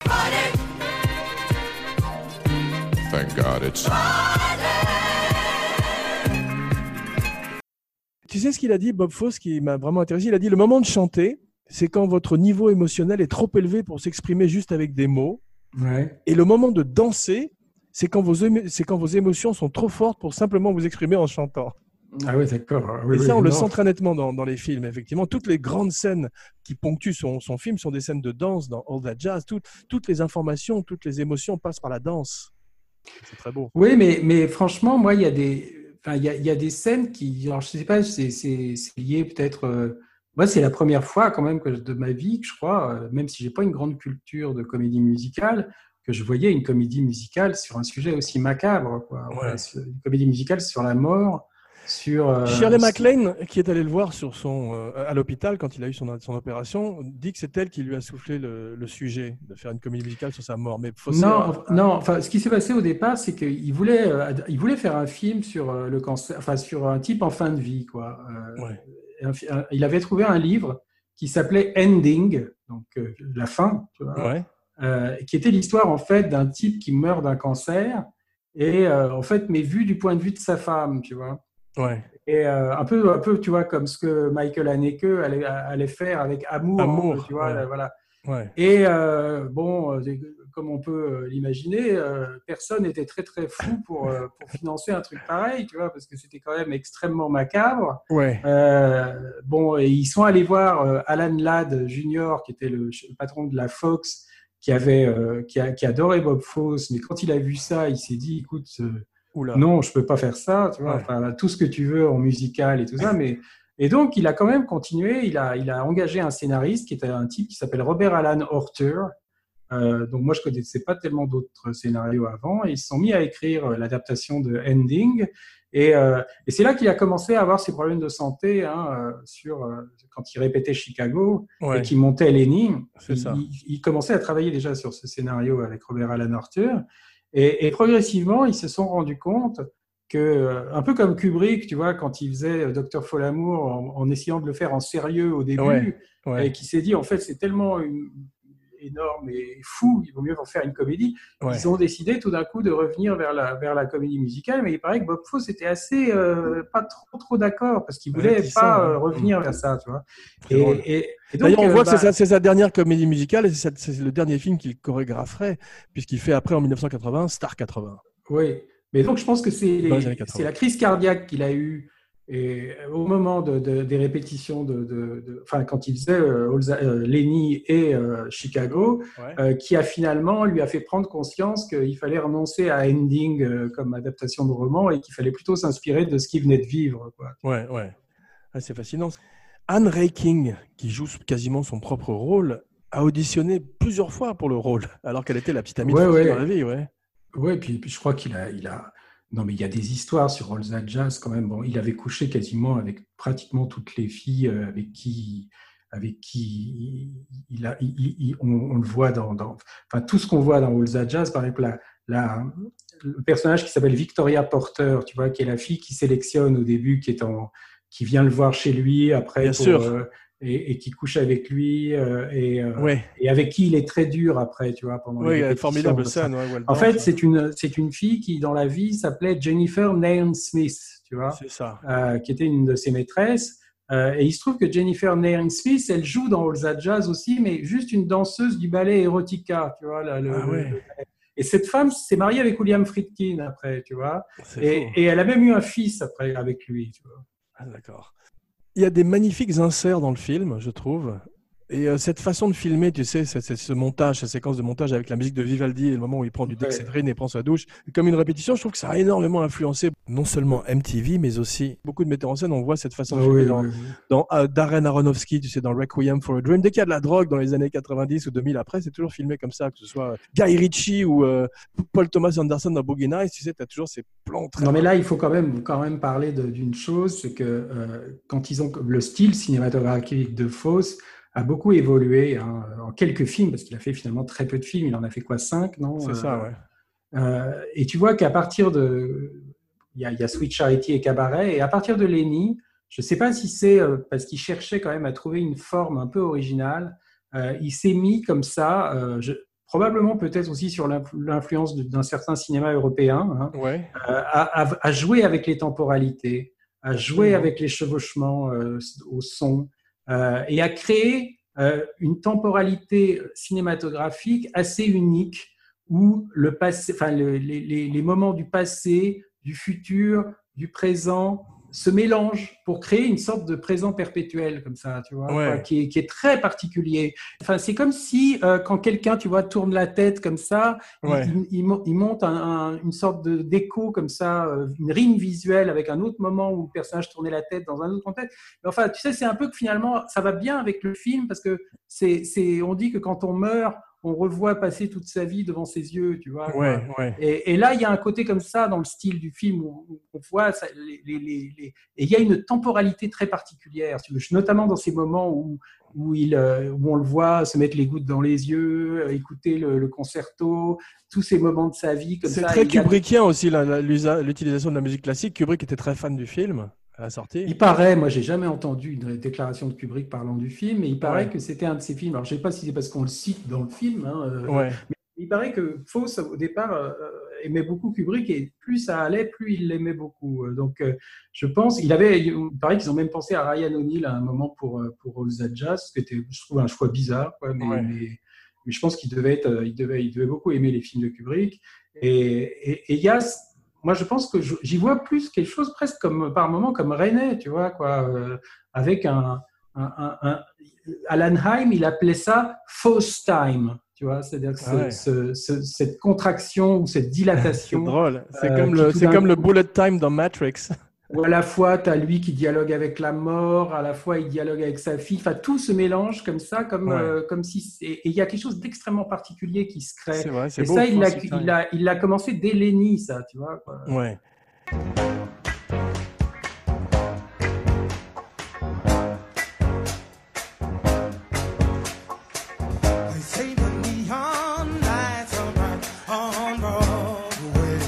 Thank God it's Tu sais ce qu'il a dit, Bob Fosse, qui m'a vraiment intéressé. Il a dit le moment de chanter, c'est quand votre niveau émotionnel est trop élevé pour s'exprimer juste avec des mots. Ouais. Et le moment de danser, c'est quand vos émo- c'est quand vos émotions sont trop fortes pour simplement vous exprimer en chantant. Ah oui, d'accord. Oui, Et oui, ça, on le non. sent très nettement dans, dans les films. Effectivement, toutes les grandes scènes qui ponctuent son, son film sont des scènes de danse dans All That Jazz. Tout- toutes les informations, toutes les émotions passent par la danse. C'est très beau. Oui, mais, mais franchement, moi, il y a des, enfin, il y a, il y a des scènes qui, alors je sais pas, c'est, c'est, c'est lié peut-être. euh, moi, c'est la première fois quand même que je- de ma vie que je crois, euh, même si j'ai pas une grande culture de comédie musicale, que je voyais une comédie musicale sur un sujet aussi macabre, quoi. Ouais. Voilà, sur- une comédie musicale sur la mort, sur. euh, Shirley sur- MacLaine, qui est allée le voir sur son, euh, à l'hôpital quand il a eu son, son opération, dit que c'est elle qui lui a soufflé le, le sujet de faire une comédie musicale sur sa mort. Mais Fosse Non, a- enfin, non. Enfin, ce qui s'est passé au départ, c'est qu'il voulait, euh, il voulait faire un film sur euh, le cancer, enfin sur un type en fin de vie, quoi. Euh, Ouais. un fi- un- il avait trouvé un livre qui s'appelait Ending, donc euh, la fin, tu vois, Ouais. euh, qui était l'histoire en fait d'un type qui meurt d'un cancer et euh, en fait, mais vu du point de vue de sa femme, tu vois. Ouais. Et euh, un peu, un peu, tu vois, comme ce que Michael Haneke allait, allait faire avec Amour, Amour, tu vois, ouais. là, voilà. Ouais. Et euh, bon, euh, comme on peut euh, l'imaginer, euh, personne n'était très très fou pour, euh, pour financer un truc pareil, tu vois, parce que c'était quand même extrêmement macabre. Ouais. Euh, bon, et ils sont allés voir euh, Alan Ladd Junior, qui était le, le patron de la Fox, qui avait, euh, qui, a, qui adorait Bob Fosse, mais quand il a vu ça, il s'est dit, écoute, euh, Oula. non, je peux pas faire ça, tu vois, Ouais. enfin, tout ce que tu veux en musical et tout ça, mais et donc il a quand même continué, il a, il a engagé un scénariste qui était un type qui s'appelle Robert Alan Horter, Euh, donc moi, je connaissais pas tellement d'autres scénarios avant. Et ils se sont mis à écrire euh, l'adaptation de Ending. Et, euh, et c'est là qu'il a commencé à avoir ses problèmes de santé hein, euh, sur, euh, quand il répétait Chicago Ouais. et qu'il montait Lenny. C'est Il, ça. il, il commençait à travailler déjà sur ce scénario avec Robert Alan Arthur. Et, et progressivement, ils se sont rendus compte que, un peu comme Kubrick, tu vois, quand il faisait Docteur Folamour en, en essayant de le faire en sérieux au début, Ouais, ouais. et qui s'est dit, en fait, c'est tellement une, énorme et fou, il vaut mieux en faire une comédie. Ouais. Ils ont décidé tout d'un coup de revenir vers la, vers la comédie musicale, mais il paraît que Bob Fosse était assez euh, pas trop, trop d'accord parce qu'il voulait Réticent, pas ouais. euh, revenir vers ça, tu vois. Très drôle. Et, et, et donc, D'ailleurs, on euh, voit que bah, c'est sa, c'est sa dernière comédie musicale et c'est, c'est le dernier film qu'il chorégrapherait, puisqu'il fait après, en dix-neuf cent quatre-vingts, Star quatre-vingts. Oui, mais donc je pense que c'est, Dans les les, années quatre-vingts. c'est la crise cardiaque qu'il a eue et au moment de, de, des répétitions, de, de, de, enfin quand il faisait euh, euh, Lenny et euh, Chicago, Ouais. euh, qui a finalement lui a fait prendre conscience qu'il fallait renoncer à Ending euh, comme adaptation de roman et qu'il fallait plutôt s'inspirer de ce qu'il venait de vivre, quoi. Ouais, ouais. Ah, c'est fascinant. Anne Raiking, qui joue quasiment son propre rôle, a auditionné plusieurs fois pour le rôle, alors qu'elle était la petite amie Ouais, de Fosse ouais. dans la vie, ouais. Ouais, puis, puis je crois qu'il a, il a. Non, mais il y a des histoires sur All That Jazz quand même. Bon, il avait couché quasiment avec pratiquement toutes les filles euh, avec qui, avec qui il a, il, il, on, on le voit dans, dans, enfin tout ce qu'on voit dans All That Jazz. Par exemple, la, la, le personnage qui s'appelle Victoria Porter, tu vois, qui est la fille qui sélectionne au début, qui est en, qui vient le voir chez lui après Bien pour, sûr. euh, et, et qui couche avec lui euh, et, euh, Ouais. et avec qui il est très dur après, tu vois, pendant Oui, les il y a une répétitions, formidable tout ça. scène. Ouais, où elle En danse. fait, c'est une, c'est une fille qui, dans la vie, s'appelait Jennifer Nairn Smith, tu vois, C'est ça. euh, qui était une de ses maîtresses. Euh, et il se trouve que Jennifer Nairn Smith, elle joue dans All That Jazz aussi, mais juste une danseuse du ballet Erotica, tu vois. Là, le, Ah le- ouais. le ballet. Et cette femme s'est mariée avec William Friedkin après, tu vois. C'est Et, fou. et elle a même eu un fils après avec lui, tu vois. Ah, d'accord. Il y a des magnifiques inserts dans le film, je trouve. Et euh, cette façon de filmer, tu sais, c'est, c'est ce montage, cette séquence de montage avec la musique de Vivaldi et le moment où il prend du Ouais. Dexedrine et prend sa douche, comme une répétition, je trouve que ça a énormément influencé non seulement M T V, mais aussi beaucoup de metteurs en scène. On voit cette façon de Ah filmer oui, dans, oui, oui. dans euh, Darren Aronofsky, tu sais, dans Requiem for a Dream. Dès qu'il y a de la drogue dans les années quatre-vingt-dix ou deux mille après, c'est toujours filmé comme ça, que ce soit Guy Ritchie ou euh, Paul Thomas Anderson dans Boogie Nights, tu sais, tu as toujours ces plans très... Non, mais là, il faut quand même, quand même parler de- d'une chose, c'est que euh, quand ils ont le style cinématographique de Fosse a beaucoup évolué hein, en quelques films, parce qu'il a fait finalement très peu de films. Il en a fait quoi, cinq, non? C'est Euh, ça, ouais. Euh, et tu vois qu'à partir de, il y a, il y a Sweet Charity et Cabaret, et à partir de Lenny, je ne sais pas si c'est euh, parce qu'il cherchait quand même à trouver une forme un peu originale, euh, il s'est mis comme ça, euh, je, probablement peut-être aussi sur l'influ- l'influence de- d'un certain cinéma européen, hein, Ouais. euh, à, à- à jouer avec les temporalités, à jouer Absolument. avec les chevauchements euh, au son, euh, et à créer euh, une temporalité cinématographique assez unique où le passé, enfin le- les, les- les moments du passé, du futur, du présent se mélangent pour créer une sorte de présent perpétuel comme ça, tu vois, Ouais. quoi, qui, est, qui est très particulier. Enfin, c'est comme si euh, quand quelqu'un, tu vois, tourne la tête comme ça, il- Ouais. il, il, mon- il monte un, un- une sorte de d'écho comme ça, euh, une rime visuelle avec un autre moment où le personnage tournait la tête dans un autre contexte. Mais enfin, tu sais, c'est un peu que finalement, ça va bien avec le film parce que c'est, c'est, on dit que quand on meurt, on revoit passer toute sa vie devant ses yeux, tu vois. Ouais, quoi. ouais. Et, et là, il y a un côté comme ça dans le style du film où où on voit ça, les, les, les, les- et il y a une temporalité très particulière, si tu veux, notamment dans ces moments où où, il, euh, où on le voit se mettre les gouttes dans les yeux, euh, écouter le, le concerto, tous ces moments de sa vie comme C'est ça. très Il y a- Kubrickien aussi, la- la- l'usa- l'utilisation de la musique classique. Kubrick était très fan du film à la sortie. Il paraît, moi j'ai jamais entendu une déclaration de Kubrick parlant du film, mais il paraît Ouais. que c'était un de ses films. Alors je sais pas si c'est parce qu'on le cite dans le film, hein, euh, Ouais. mais il paraît que Fosse au départ euh, aimait beaucoup Kubrick et plus ça allait, plus il l'aimait beaucoup. Euh, Donc euh, je pense, il avait, il paraît qu'ils ont même pensé à Ryan O'Neal à un moment pour euh, pour All That Jazz, ce qui était, je trouve, un choix bizarre, quoi, mais, Ouais. mais, mais je pense qu'il devait être, euh, il devait, il devait beaucoup aimer les films de Kubrick. Et et- et il y a moi, je pense que je- j'y vois plus quelque chose presque comme, par moment, comme René, tu vois, quoi, euh, avec un, un, un, un- Alan Hyme, il appelait ça Fosse time, tu vois, c'est-à-dire que Ah ce- ouais. ce- ce- cette contraction ou cette C'est dilatation. drôle. C'est euh, comme, qui le, tout c'est d'un comme le coup- bullet time dans Matrix. où à la fois tu as lui qui dialogue avec la mort, à la fois il dialogue avec sa fille, enfin tout se mélange comme ça, comme, Ouais. euh, comme si... Et il y a quelque chose d'extrêmement particulier qui se crée. C'est vrai, c'est Et beau. ça, il l'a Francis il a, il a commencé dès Lenny, ça, tu vois. Quoi. Ouais. They say the neon lights are bright on Broadway.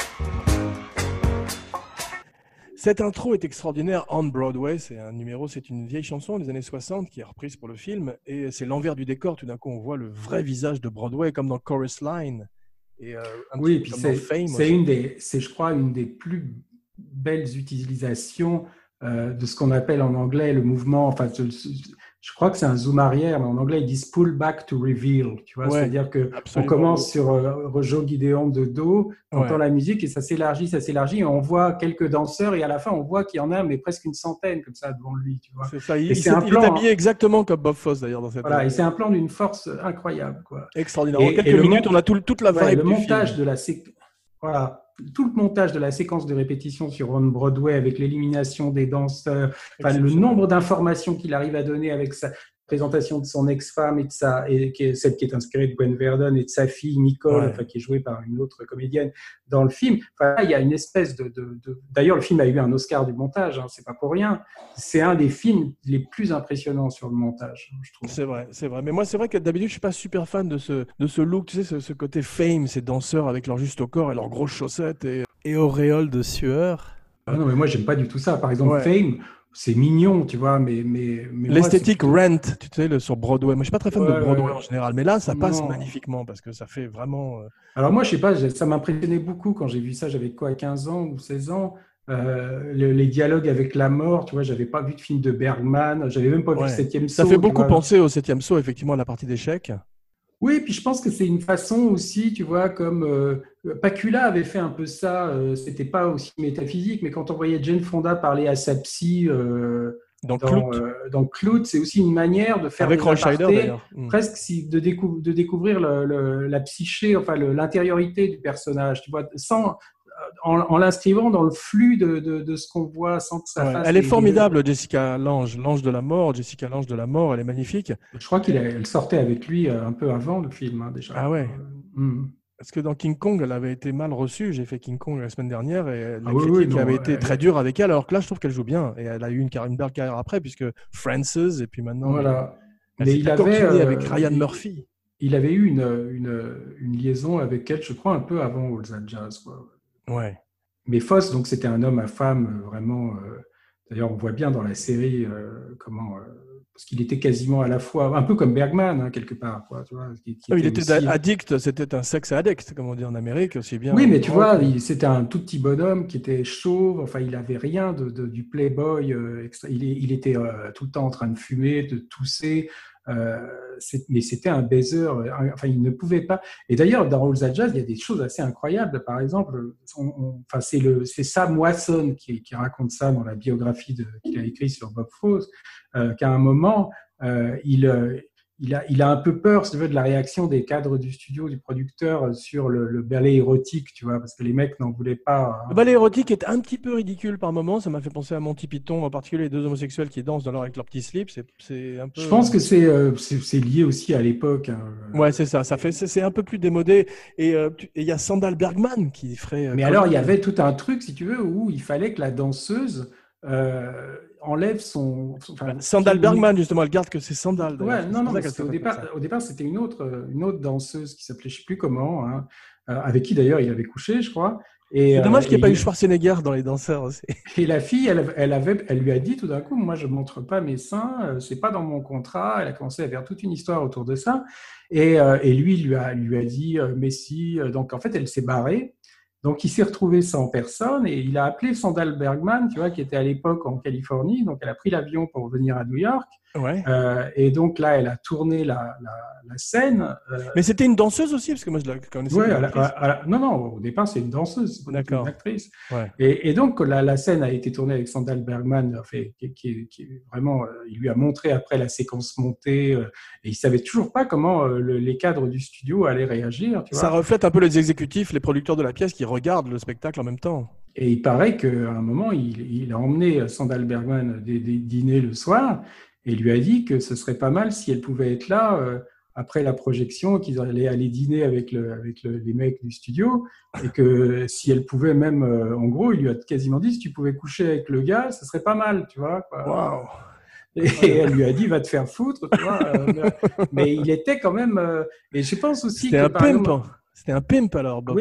Cette intro est extraordinaire. On Broadway, c'est un numéro, c'est une vieille chanson des années soixante qui est reprise pour le film. Et c'est l'envers du décor. Tout d'un coup, on voit le vrai visage de Broadway, comme dans Chorus Line. Et, euh, un Oui, petit et puis peu comme c'est, dans Fame c'est aussi. une des, c'est, je crois, une des plus belles utilisations euh, de ce qu'on appelle en anglais le mouvement. Enfin, je, je crois que c'est un zoom arrière, mais en anglais ils disent pull back to reveal. Tu vois, Ouais, c'est-à-dire que on absolument. commence sur euh, Rojo Gideon de dos, on entend Ouais. la musique et ça s'élargit, ça s'élargit, et on voit quelques danseurs et à la fin on voit qu'il y en a mais presque une centaine comme ça devant lui. Tu vois. C'est ça. Il, Et il c'est s'est- un il plan, est habillé hein. exactement comme Bob Fosse d'ailleurs dans cette. Voilà, et c'est un plan d'une force incroyable, quoi. Extraordinaire. En Et- quelques et le minutes, mon- on a tout, toute la Ouais, vibe le du montage film. de la séquence, voilà, tout le montage de la séquence de répétition sur On Broadway avec l'élimination des danseurs, enfin le Exceptionnel. nombre d'informations qu'il arrive à donner avec sa présentation de son ex-femme et de sa, et qui est celle qui est inspirée de Gwen Verdon et de sa fille Nicole, Ouais. enfin qui est jouée par une autre comédienne dans le film. Enfin, là, il y a une espèce de, de, de... D'ailleurs, le film a eu un Oscar du montage, hein, c'est pas pour rien. C'est un des films les plus impressionnants sur le montage, je trouve. C'est vrai, c'est vrai. Mais moi, c'est vrai que d'habitude, je suis pas super fan de ce, de ce look, tu sais, ce, ce côté fame, ces danseurs avec leur juste au corps et leurs grosses chaussettes et, et auréoles de sueur. Ah non, mais moi, j'aime pas du tout ça. Par exemple, Ouais. Fame, c'est mignon, tu vois, mais, mais, mais moi, L'esthétique c'est- Rent, tu sais, le, sur Broadway. Moi, je suis pas très fan Ouais, de Broadway ouais. en général, mais là, ça passe Non. magnifiquement parce que ça fait vraiment. euh, Alors moi, je sais pas, j'ai- ça m'impressionnait beaucoup quand j'ai vu ça. J'avais quoi, quinze ans ou seize ans. Euh, le- les dialogues avec la mort, tu vois, j'avais pas vu de film de Bergman, j'avais même pas vu Ouais. le septième Ça saut. fait tu beaucoup vois. penser au septième saut, effectivement, à la partie d'échecs. Oui, puis je pense que c'est une façon aussi, tu vois, comme euh, Pacula avait fait un peu ça, euh, c'était pas aussi métaphysique, mais quand on voyait Jane Fonda parler à sa psy euh, Dans dans, Clout, euh, dans Clout, c'est aussi une manière de faire avec des Roy Scheider apartés, d'ailleurs. Mm. presque si, de, décou- de découvrir le- le- la psyché, enfin le- l'intériorité du personnage, tu vois, sans, en, en l'inscrivant dans le flux de, de, de ce qu'on voit sans que ça Ouais. fasse. Elle est des- formidable, Jessica Lange, l'ange de la mort. Jessica Lange de la mort, elle est magnifique. Je crois qu'elle sortait avec lui euh, un peu avant le film, hein, déjà. Ah ouais. Mm. Parce que dans King Kong, elle avait été mal reçue. J'ai fait King Kong la semaine dernière et la Ah oui, critique oui, non, avait été elle- très dure avec elle. Alors que là, je trouve qu'elle joue bien. Et elle a eu une, car- une belle carrière après, puisque Frances, et puis maintenant, Voilà. elle Mais s'est il avait, coquinée euh, avec Ryan il- Murphy. Il avait eu une, une, une liaison avec elle, je crois, un peu avant All That Jazz, quoi. Ouais. Mais Foss, donc, c'était un homme à femme, euh, vraiment. euh, D'ailleurs, on voit bien dans la série euh, comment. euh, parce qu'il était quasiment à la fois, un peu comme Bergman, hein, quelque part, quoi, tu vois, qui- qui Ah, il était aussi- addict, c'était un sexe addict, comme on dit en Amérique, aussi bien. Oui, mais en tu Europe. vois, il- c'était un tout petit bonhomme qui était chauve. Enfin, il avait rien de, de- du playboy. euh, extra- il, est- il était euh, tout le temps en train de fumer, de tousser. euh, c'est- mais c'était un baiser. euh, Enfin, il ne pouvait pas. Et d'ailleurs, dans All That Jazz, il y a des choses assez incroyables. Par exemple, on- on- enfin, c'est le, c'est Sam Wasson qui, qui raconte ça dans la biographie de- qu'il a écrite sur Bob Fosse, euh, qu'à un moment, euh, il euh, Il a, il a un peu peur, si tu veux, de la réaction des cadres du studio, du producteur sur le, le ballet érotique, tu vois, parce que les mecs n'en voulaient pas. Le ballet érotique est un petit peu ridicule par moments. Ça m'a fait penser à Monty Python, en particulier les deux homosexuels qui dansent dans leur, avec leur petit slip. C'est, c'est un peu. Je pense que c'est, euh, c'est, c'est lié aussi à l'époque. Hein. Ouais, c'est ça. Ça fait, c'est, c'est un peu plus démodé. Et euh, tu- et il y a Sandal Bergman qui ferait. euh, Mais comme- alors, il y avait tout un truc, si tu veux, où il fallait que la danseuse euh, enlève son. son- enfin, Sandal qu'il- Bergman, justement, elle garde que c'est Sandal. d'ailleurs. Ouais, C'est non, pour non, ça mais qu'elle c'était au s'appelle comme départ, ça. au départ, c'était une autre, une autre danseuse qui s'appelait, je sais plus comment, hein, euh, avec qui d'ailleurs il avait couché, je crois. Et, C'est dommage euh, qu'il n'y ait et pas eu il- Schwarzenegger dans les danseurs aussi. Et la fille, elle, elle, avait, elle lui a dit tout d'un coup, moi je ne montre pas mes seins, euh, c'est pas dans mon contrat. Elle a commencé à faire toute une histoire autour de ça. Et, euh, et lui, il lui a, lui a dit, euh, mais si. Euh, Donc en fait, elle s'est barrée. Donc il s'est retrouvé sans personne et il a appelé Sandal Bergman, tu vois, qui était à l'époque en Californie. Donc elle a pris l'avion pour venir à New York. Ouais. Euh, et donc là, elle a tourné la, la, la scène. euh, Mais c'était une danseuse aussi, parce que moi je la connaissais. Ouais, comme à la- actrice. à la- non, non, au départ, c'est une danseuse, c'est pas du tout D'accord. une actrice. Ouais. Et, et donc, la, la scène a été tournée avec Sandal Bergman, en fait, qui, qui, qui est vraiment, euh, il lui a montré après la séquence montée, euh, et il savait toujours pas comment euh, le- les cadres du studio allaient réagir, tu vois. Ça reflète un peu les exécutifs, les producteurs de la pièce qui regardent le spectacle en même temps. et il paraît qu'à un moment, il, il a emmené Sandahl Bergman des, des dîners le soir et lui a dit que ce serait pas mal si elle pouvait être là euh, après la projection, qu'ils allaient aller dîner avec, le, avec le, les mecs du studio et que si elle pouvait même, euh, en gros, il lui a quasiment dit si tu pouvais coucher avec le gars, ce serait pas mal, tu vois. Waouh. Et, et elle lui a dit va te faire foutre, tu vois. Euh, mais il était quand même. Euh, et je pense aussi C'était que. un par pimp. exemple, C'était un pimp alors, Bob. Oui.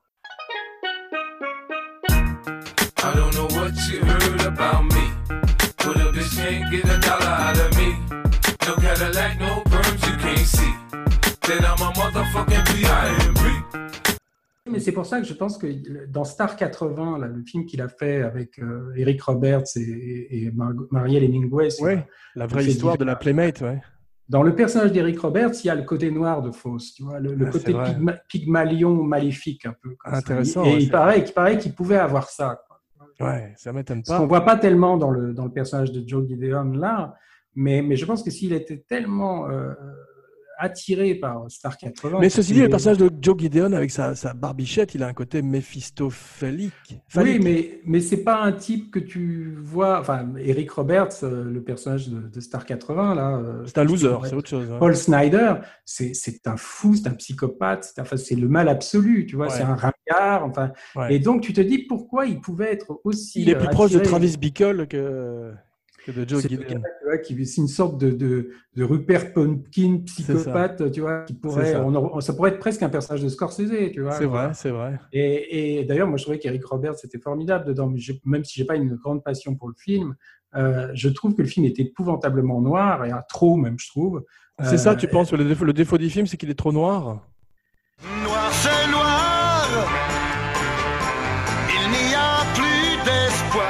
I don't know what you heard about me, but a bitch can't get a dollar out of me. No Cadillac, no perms, you can't see that I'm a motherfucking P I M P. Mais c'est pour ça que je pense que dans Star quatre-vingts, là, le film qu'il a fait avec euh, Eric Roberts et, et, et Mar- Marielle Hemingway, sur, Ouais, la vraie fait histoire de divers. la Playmate, ouais. Dans le personnage d'Eric Roberts, il y a le côté noir de Faust, tu vois, le, le Ah, côté c'est vrai. pygma- pygmalion maléfique un peu. comme ça. Intéressant, Et ouais, il c'est- paraît, il paraît qu'il pouvait avoir ça, quoi. Ouais, ça m'étonne Ce qu'on pas. voit pas tellement dans le, dans le personnage de Joe Gideon là, mais, mais je pense que s'il était tellement euh, attiré par Star quatre-vingts... Mais ceci dit, il- le personnage de Joe Gideon avec sa, sa barbichette, il a un côté méphistophélique. Oui, Phallique. mais, mais c'est pas un type que tu vois... Enfin, Eric Roberts, euh, le personnage de, de Star quatre-vingts, là... euh, C'est un loser, qui pourrait c'est être autre chose. ouais. Paul Snyder, c'est, c'est un fou, c'est un psychopathe, c'est, enfin, c'est le mal absolu, tu vois, Ouais. c'est un ringard, enfin... Ouais. Et donc, tu te dis pourquoi il pouvait être aussi... Il est plus euh, proche de attiré- Travis Bickle que, que de Joe C'est le Gideon. gars, tu vois, qui, c'est une sorte de, de, de Rupert Pumpkin psychopathe, tu vois, qui pourrait, C'est ça. on, aurait- ça pourrait être presque un personnage de Scorsese, tu vois. C'est quoi. vrai, c'est vrai. Et, et d'ailleurs, moi, je trouvais qu'Eric Roberts était formidable dedans, mais j'ai- même si j'ai pas une grande passion pour le film, euh, je trouve que le film est épouvantablement noir, et à trop même, je trouve. C'est Euh, ça, tu penses, le défaut, le défaut du film, c'est qu'il est trop noir? Noir, c'est noir. Il n'y a plus d'espoir.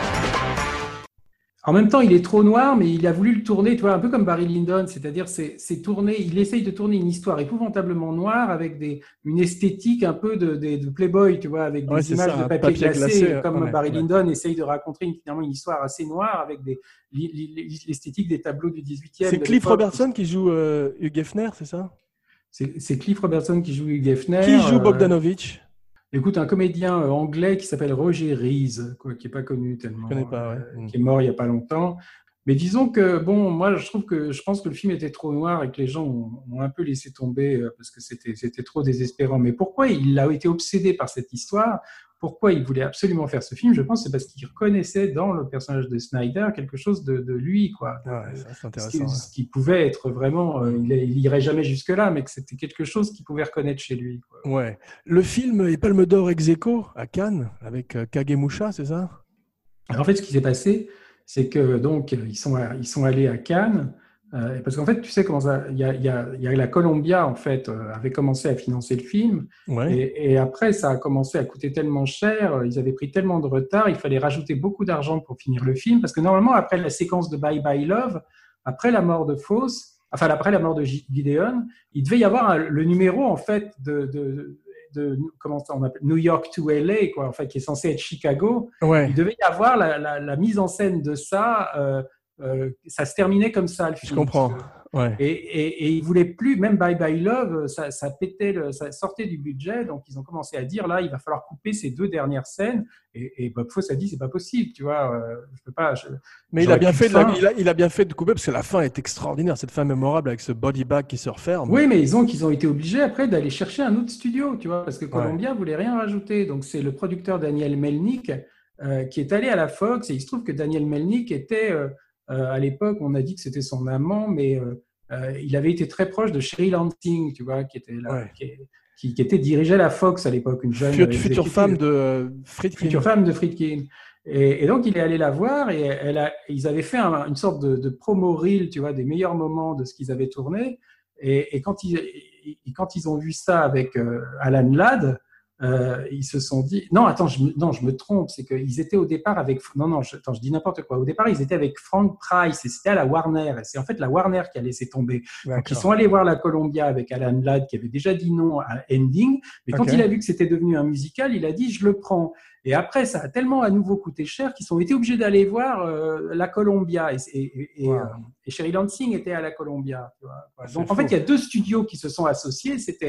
En même temps, il est trop noir, mais il a voulu le tourner, tu vois, un peu comme Barry Lyndon, c'est-à-dire c'est, c'est tourner, il essaye de tourner une histoire épouvantablement noire avec des, une esthétique un peu de, de, de Playboy, tu vois, avec des Ouais, c'est images ça, de un papier, papier glacé, glacé, comme ouais, Barry ouais. Lyndon essaye de raconter une, finalement une histoire assez noire avec des, li- li- l'esthétique des tableaux du dix-huitième. C'est de Cliff l'époque. Robertson qui joue euh, Hugh Hefner, c'est ça? C'est, c'est Cliff Robertson qui joue Hugh Hefner. Qui joue euh, Bogdanovich? Écoute, un comédien euh, anglais qui s'appelle Roger Rees, quoi, qui n'est pas connu tellement, Je connais pas, ouais. euh, qui est mort il n'y a pas longtemps. Mais disons que, bon, moi, je trouve que je pense que le film était trop noir et que les gens ont, ont un peu laissé tomber euh, parce que c'était, c'était trop désespérant. Mais pourquoi il a été obsédé par cette histoire? Pourquoi il voulait absolument faire ce film? Je pense que c'est parce qu'il reconnaissait dans le personnage de Snyder quelque chose de, de lui, quoi. Ouais, ça, c'est Ce qui, intéressant. ouais. ce qui pouvait être vraiment, euh, il, il irait jamais jusque-là, mais que c'était quelque chose qu'il pouvait reconnaître chez lui, quoi. Ouais. Le film est Palme d'Or ex aequo à Cannes avec euh, Kagemusha, c'est ça? Alors, en fait, ce qui s'est passé, c'est que donc ils sont ils sont allés à Cannes euh, parce qu'en fait, tu sais comment ça, il y a il y a il y a la Columbia en fait euh, avait commencé à financer le film Ouais. et, et après ça a commencé à coûter tellement cher, ils avaient pris tellement de retard, il fallait rajouter beaucoup d'argent pour finir le film parce que normalement après la séquence de Bye Bye Love, après la mort de Faust, enfin après la mort de Gideon, il devait y avoir un- le numéro en fait de, de de comment ça on appelle New York to L A quoi, en fait qui est censé être Chicago. Ouais. Il devait y avoir la, la, la mise en scène de ça. Euh, euh, ça se terminait comme ça le film. Je comprends. Parce que- Ouais. Et, et, et ils voulaient plus, même Bye Bye Love, ça, ça pétait, le, ça sortait du budget, donc ils ont commencé à dire là, il va falloir couper ces deux dernières scènes. Et, et Bob Fosse a dit c'est pas possible, tu vois, euh, je peux pas. Je, Mais il a, j'aurais bien plus fait de de la- fin. il, a, il a bien fait de couper parce que la fin est extraordinaire, cette fin mémorable avec ce body bag qui se referme. Oui, mais ils ont qu'ils ont été obligés après d'aller chercher un autre studio, tu vois, parce que Columbia voulait rien rajouter. Donc c'est le producteur Daniel Melnick euh, qui est allé à la Fox et il se trouve que Daniel Melnick était euh, euh, à l'époque, on a dit que c'était son amant, mais euh, euh, il avait été très proche de Sherry Lansing, tu vois, qui était là, Ouais. qui, qui, qui était dirigeait la Fox à l'époque, une jeune Fut- euh, future exécutive. femme de euh, Friedkin. Future femme de Friedkin. Et, et donc, il est allé la voir et elle a, ils avaient fait un- une sorte de, de promo reel, tu vois, des meilleurs moments de ce qu'ils avaient tourné. Et, et, quand, ils, et quand ils ont vu ça avec euh, Alan Ladd, euh, ils se sont dit... Non, attends, je me, non, je me trompe. C'est qu'ils étaient au départ avec... Non, non, je, attends, je dis n'importe quoi. Au départ, ils étaient avec Frank Price et c'était à la Warner. Et c'est en fait la Warner qui a laissé tomber. Donc, ils sont allés voir la Columbia avec Alan Ladd qui avait déjà dit non à Ending. Mais quand Ok. il a vu que c'était devenu un musical, il a dit « je le prends ». Et après, ça a tellement à nouveau coûté cher qu'ils ont été obligés d'aller voir euh, la Columbia. Et, et, et, Wow. euh, et Sherry Lansing était à la Columbia. Tu vois. C'est Donc, fou. en fait, il y a deux studios qui se sont associés. C'était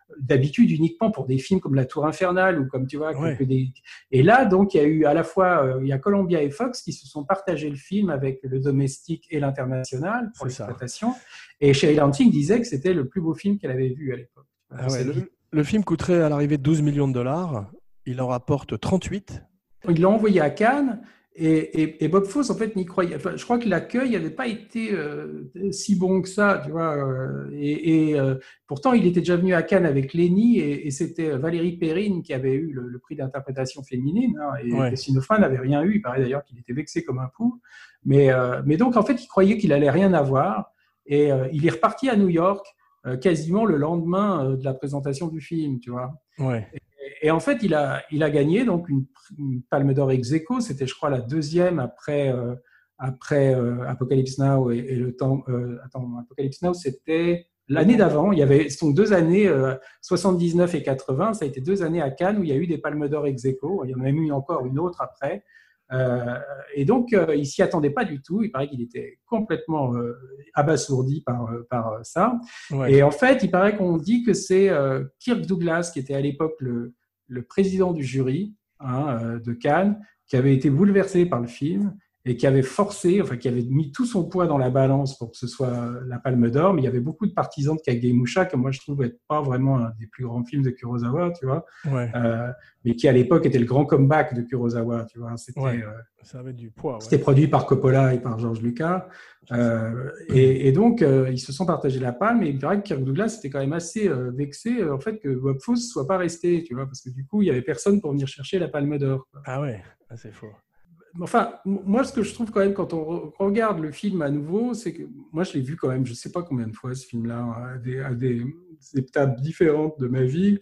d'habitude uniquement pour des films comme La Tour Infernale ou comme tu vois. Ouais. Que des... Et là, donc, il y a eu à la fois, euh, il y a Columbia et Fox qui se sont partagés le film avec le domestique et l'international pour C'est l'exploitation. Et Sheila Hunting disait que c'était le plus beau film qu'elle avait vu à l'époque. Ah ouais, le, le film coûterait à l'arrivée douze millions de dollars. Il en rapporte trente-huit. Il l'a envoyé à Cannes. Et, et, et Bob Fosse, en fait, n'y croyait. Enfin, je crois que l'accueil n'avait pas été euh, si bon que ça, tu vois. Euh, et et euh, pourtant, il était déjà venu à Cannes avec Lenny, et, et c'était Valérie Perrine qui avait eu le, le prix d'interprétation féminine. Hein, et Ouais. Sinofan n'avait rien eu. Il paraît d'ailleurs qu'il était vexé comme un pou. Mais, euh, mais donc, en fait, il croyait qu'il allait rien avoir. Et euh, il est reparti à New York euh, quasiment le lendemain euh, de la présentation du film, tu vois. Ouais. Et en fait, il a, il a gagné donc une, une Palme d'Or ex aequo. C'était, je crois, la deuxième après, euh, après euh, Apocalypse Now et, et le temps. Euh, attends, Apocalypse Now, c'était l'année d'avant. Il y avait donc deux années, euh, soixante-dix-neuf et quatre-vingts. Ça a été deux années à Cannes où il y a eu des Palmes d'Or ex aequo. Il y en a même eu encore une autre après. Euh, et donc, euh, il s'y attendait pas du tout. Il paraît qu'il était complètement euh, abasourdi par, par ça. Ouais. Et en fait, il paraît qu'on dit que c'est euh, Kirk Douglas, qui était à l'époque le, le président du jury hein, euh, de Cannes, qui avait été bouleversé par le film et qui avait forcé, enfin qui avait mis tout son poids dans la balance pour que ce soit la Palme d'Or. Mais il y avait beaucoup de partisans de Kagemusha, que moi je trouve être pas vraiment un des plus grands films de Kurosawa, tu vois, Ouais. euh, mais qui à l'époque était le grand comeback de Kurosawa, tu vois. C'était, Ouais. euh, Ça avait du poids. Ouais. c'était produit par Coppola et par George Lucas. Euh, et, et donc, euh, ils se sont partagés la palme. Et il paraît que Kirk Douglas était quand même assez euh, vexé euh, en fait, que Bob Fosse ne soit pas resté, tu vois, parce que du coup, il n'y avait personne pour venir chercher la Palme d'Or. Quoi. Ah ouais, ah, c'est faux. Enfin, m- moi, ce que je trouve quand même quand on re- regarde le film à nouveau, c'est que moi, je l'ai vu quand même, je ne sais pas combien de fois ce film-là, à des, à des étapes différentes de ma vie.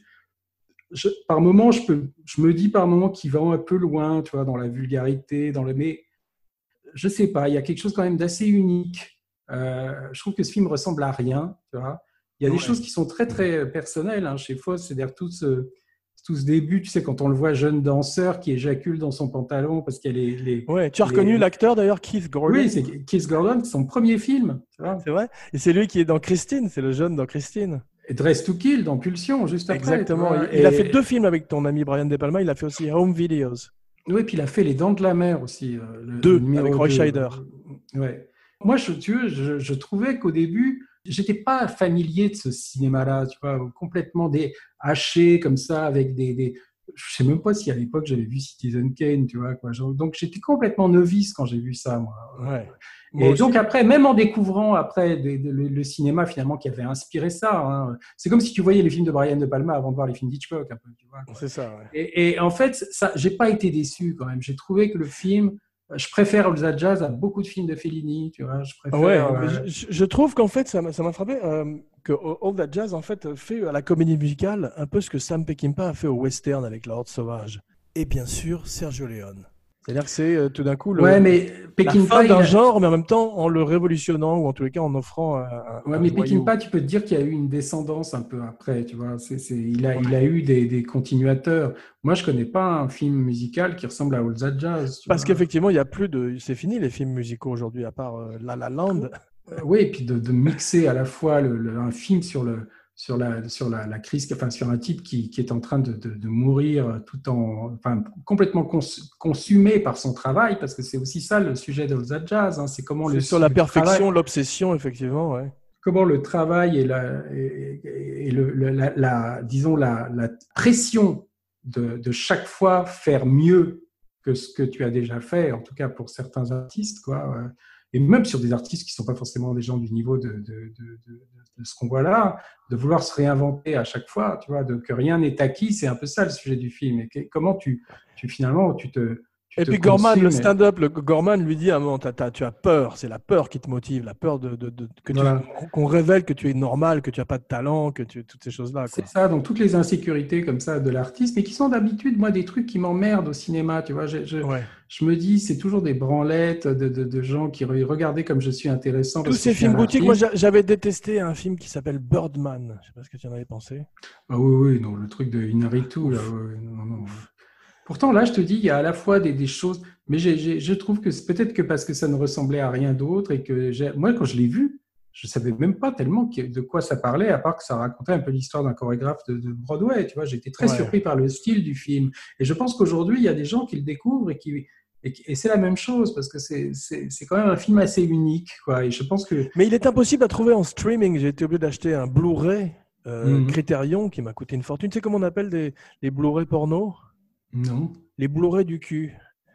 Je, par moments, je, peux, je me dis par moments qu'il va un peu loin, tu vois, dans la vulgarité, dans le. Mais je sais pas, il y a quelque chose quand même d'assez unique. Euh, je trouve que ce film ressemble à rien, tu vois. Il y a des Ouais. choses qui sont très très personnelles hein, chez Fosse, c'est-à-dire tout ce, tout ce début, tu sais, quand on le voit jeune danseur qui éjacule dans son pantalon parce qu'il y a les. les Ouais, tu as les- reconnu l'acteur d'ailleurs, Keith Gordon. Oui, c'est Keith Gordon, c'est son premier film, tu vois. C'est vrai. Et c'est lui qui est dans Christine, c'est le jeune dans Christine. Et Dress to Kill dans Pulsion, juste après. Exactement. tu vois. Il, il a Et- fait deux films avec ton ami Brian De Palma. Il a fait aussi Home Videos. Oui, puis il a fait Les Dents de la Mer aussi. euh, le- Deux, le numéro avec Roy deux. Scheider. Ouais. Moi, je, tu veux, je, je trouvais qu'au début, j'étais pas familier de ce cinéma-là, tu vois, complètement des hachés comme ça, avec des, des... Je sais même pas si à l'époque j'avais vu Citizen Kane, tu vois, quoi. Genre, donc j'étais complètement novice quand j'ai vu ça, moi. Ouais. Moi Et aussi. donc après, même en découvrant après des- des- le, le cinéma finalement qui avait inspiré ça, hein, c'est comme si tu voyais les films de Brian De Palma avant de voir les films d'Hitchcock, un peu, tu vois. C'est ça. Ouais. Et, et en fait, ça, j'ai pas été déçu quand même. J'ai trouvé que le film, je préfère All That Jazz à beaucoup de films de Fellini, tu vois. Je préfère. Ouais, euh, mais je, je trouve qu'en fait, ça m'a, ça m'a frappé euh, que All That Jazz en fait fait à la comédie musicale un peu ce que Sam Peckinpah a fait au western avec La Horde Sauvage. Et bien sûr, Sergio Leone. C'est-à-dire que c'est euh, tout d'un coup le, Ouais, mais la Peckinpah, fin il d'un a- genre, mais en même temps en le révolutionnant ou en tous les cas en offrant un, un- Ouais, un mais joyau. Peckinpah, tu peux te dire qu'il y a eu une descendance un peu après, tu vois. C'est, c'est, il, a, il a eu des, des continuateurs. Moi, je connais pas un film musical qui ressemble à All That Jazz. tu Parce vois. qu'effectivement, il y a plus de, c'est fini les films musicaux aujourd'hui à part euh, La La Land. Euh, oui, et puis de, de mixer à la fois le, le- un film sur le sur la sur la, la crise, enfin sur un type qui, qui est en train de, de, de mourir tout en, enfin complètement cons, consumé par son travail, parce que c'est aussi ça le sujet de All That Jazz. Hein, c'est comment C'est le sur la le perfection, travail- l'obsession, effectivement. Ouais. comment le travail et la et, et- et le, le- la, la disons la, la pression de, de chaque fois faire mieux que ce que tu as déjà fait, en tout cas pour certains artistes, quoi. euh, Et même sur des artistes qui ne sont pas forcément des gens du niveau de, de, de, de, de ce qu'on voit là, de vouloir se réinventer à chaque fois, tu vois, de, que rien n'est acquis, c'est un peu ça le sujet du film. Et que, comment tu, tu finalement, tu te... tu Et te puis Gorman, consumes le et- stand-up, le Gorman lui dit à un moment, t'as- t'as- tu as peur, c'est la peur qui te motive, la peur de, de- de- que tu- Voilà. qu'on révèle que tu es normal, que tu n'as pas de talent, que tu, toutes ces choses-là. quoi. C'est ça, donc toutes les insécurités comme ça de l'artiste, mais qui sont d'habitude, moi, des trucs qui m'emmerdent au cinéma, tu vois. Je, je, Ouais. je me dis, c'est toujours des branlettes de, de, de gens qui re- regardaient comme je suis intéressant. Tous parce que ces je suis films un boutiques, moi artiste. j'a- j'avais détesté un film qui s'appelle Birdman. Je sais pas ce que tu en avais pensé. Ah oui, oui, non, le truc de Inaritu, là, ouais, non, non, non. Pourtant, là, je te dis, il y a à la fois des, des choses, mais j'ai, j'ai, je trouve que c'est peut-être que parce que ça ne ressemblait à rien d'autre et que j'ai, moi, quand je l'ai vu, je savais même pas tellement que- de quoi ça parlait, à part que ça racontait un peu l'histoire d'un chorégraphe de, de Broadway. Tu vois, j'étais très Ouais. surpris par le style du film. Et je pense qu'aujourd'hui, il y a des gens qui le découvrent et qui et, qui- et c'est la même chose parce que c'est c'est c'est quand même un film assez unique, quoi. Et je pense que Mais il est impossible à trouver en streaming. J'ai été obligé d'acheter un Blu-ray euh, Mhm. Criterion qui m'a coûté une fortune. Tu sais comment on appelle des, les Blu-ray porno? non. Les Blu-ray du cul.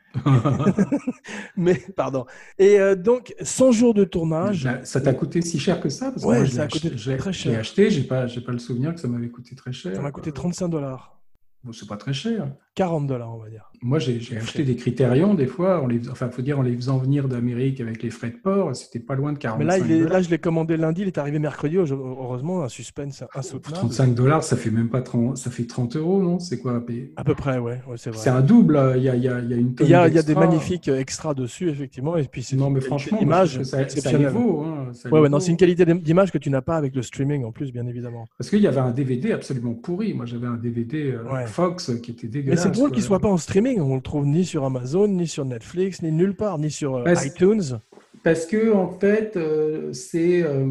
Mais, pardon. Et euh, donc, cent jours de tournage. Ça ça t'a coûté si cher que ça? Parce que Ouais, moi, je ça l'ai a coûté acheté, je l'ai- très je l'ai cher. acheté, j'ai pas, j'ai pas le souvenir que ça m'avait coûté très cher. Ça m'a quoi. coûté trente-cinq dollars. Bon, c'est pas très cher. quarante dollars, on va dire. Moi, j'ai j'ai acheté des Critérions des fois, on les, enfin, faut dire, en les faisant venir d'Amérique avec les frais de port, c'était pas loin de Mais quarante-cinq là, il est, dollars. là, je l'ai commandé lundi, il est arrivé mercredi. Heureusement, un suspense insoutenable. trente-cinq dollars, ça fait même pas trente, ça fait trente euros, non? C'est quoi à payer? À peu près, ouais, ouais, c'est vrai. C'est un double, là. il y a, il y a, il y a une tonne Il y a, il y a des d'extras. magnifiques extras dessus, effectivement. Et puis, c'est Non, une mais qualité franchement, moi, je d'image trouve que ça, ça les exceptionnelle. vaut. Hein, ça les Ouais, ouais, non, vaut. c'est une qualité d'image que tu n'as pas avec le streaming en plus, bien évidemment. Parce qu'il y avait un D V D absolument pourri. Moi, j'avais un D V D euh, Ouais. Fox qui était Mais dégueulasse. c'est drôle quoi. qu'il soit pas en streaming. On le trouve ni sur Amazon, ni sur Netflix, ni nulle part, ni sur euh, Bah, c'est- iTunes. Parce que, en fait, euh, c'est euh,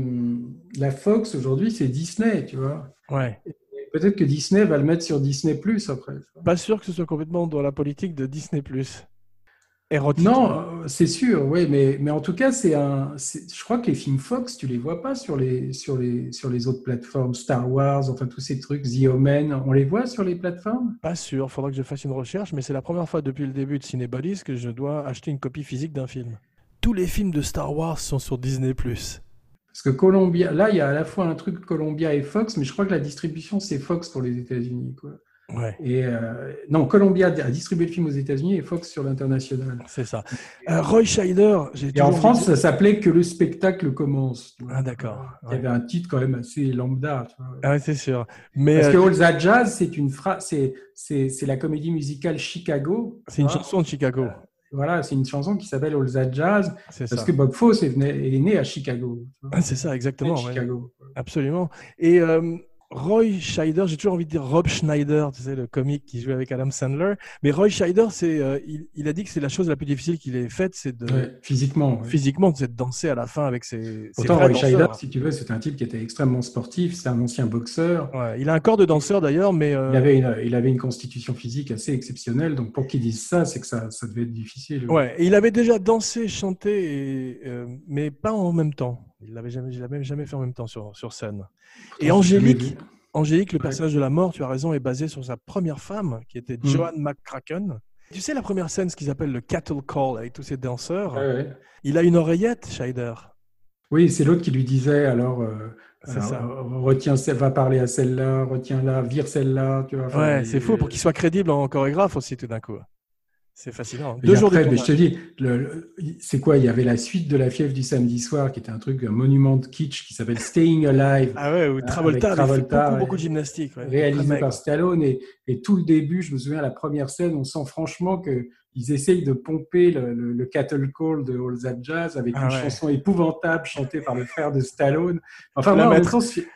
la Fox aujourd'hui, c'est Disney, tu vois. Ouais. Et peut-être que Disney va le mettre sur Disney Plus après. Pas sûr que ce soit complètement dans la politique de Disney plus. Érotique. Non, euh, c'est sûr, oui, mais, mais en tout cas, c'est un. c'est- Je crois que les films Fox, tu les vois pas sur les, sur les, sur les autres plateformes, Star Wars, enfin tous ces trucs, The Omen, on les voit sur les plateformes? Pas sûr. Faudra que je fasse une recherche, mais c'est la première fois depuis le début de Cinebodies que je dois acheter une copie physique d'un film. Tous les films de Star Wars sont sur Disney plus. Parce que Columbia, là, il y a à la fois un truc Columbia et Fox, mais je crois que la distribution, c'est Fox pour les États-Unis, quoi. Ouais, Et euh, non, Columbia a distribué le film aux États-Unis et Fox sur l'international. c'est ça. Euh, Roy Scheider, j'ai Et en toujours France, envie ça s'appelait Que le spectacle commence. tu de- vois. Ah d'accord. Il y Ouais. avait un titre quand même assez lambda. Tu vois. Ah ouais, c'est sûr. Mais Parce euh, que All That Jazz, c'est une phrase, c'est c'est c'est la comédie musicale Chicago. c'est une tu vois. chanson de Chicago. Voilà, c'est une chanson qui s'appelle All That Jazz C'est parce ça. que Bob Fosse est, venu- est né à Chicago. tu vois. Ah, c'est ça, exactement. Né à ouais. Chicago. Absolument. Et euh, Roy Scheider, j'ai toujours envie de dire Rob Schneider, tu sais, le comique qui jouait avec Adam Sandler. Mais Roy Scheider, c'est, euh, il, il a dit que c'est la chose la plus difficile qu'il ait faite, c'est de Ouais, physiquement. ouais. physiquement, c'est de danser à la fin avec ses, ses Pourtant, vrais Roy Scheider, danseurs. si tu veux, c'est un type qui était extrêmement sportif. C'est un ancien boxeur. Ouais, il a un corps de danseur d'ailleurs, mais euh, Il avait, une, il avait une constitution physique assez exceptionnelle. Donc, pour qu'il dise ça, c'est que ça, ça devait être difficile. ouais, et il avait déjà dansé, chanté, et, euh, mais pas en même temps. Il l'avait jamais, je l'avais jamais fait en même temps sur, sur scène. Et Pourtant, j'ai jamais Angélique, vu. Angélique, le Ouais. personnage de la mort, tu as raison, est basé sur sa première femme, qui était Mm. Joan McCracken. Tu sais la première scène, ce qu'ils appellent le cattle call, avec tous ces danseurs. Ouais, ouais. Il a une oreillette, Scheider. Oui, c'est l'autre qui lui disait alors, euh, C'est alors, ça. euh, retiens, celle- va parler à celle-là, retiens-la, vire celle-là. Tu vois, enfin, Ouais, et- c'est fou pour qu'il soit crédible en chorégraphe aussi tout d'un coup. C'est fascinant. Et Deux jours de après, mais je tournage. te dis, le- le- c'est quoi? Il y avait la suite de La fièvre du samedi soir, qui était un truc, un monument de kitsch qui s'appelle Staying Alive, Ah ouais, ou avec Travolta, avait fait Travolta, beaucoup, ouais. beaucoup de gymnastique. Ouais. Très réalisé maigre. par Stallone. Et, et tout le début, je me souviens, la première scène, on sent franchement qu'ils essayent de pomper le, le, le cattle call de All That Jazz avec Ah une ouais. chanson épouvantable chantée par le frère de Stallone. Enfin, La moi, en même mettre. temps, ce-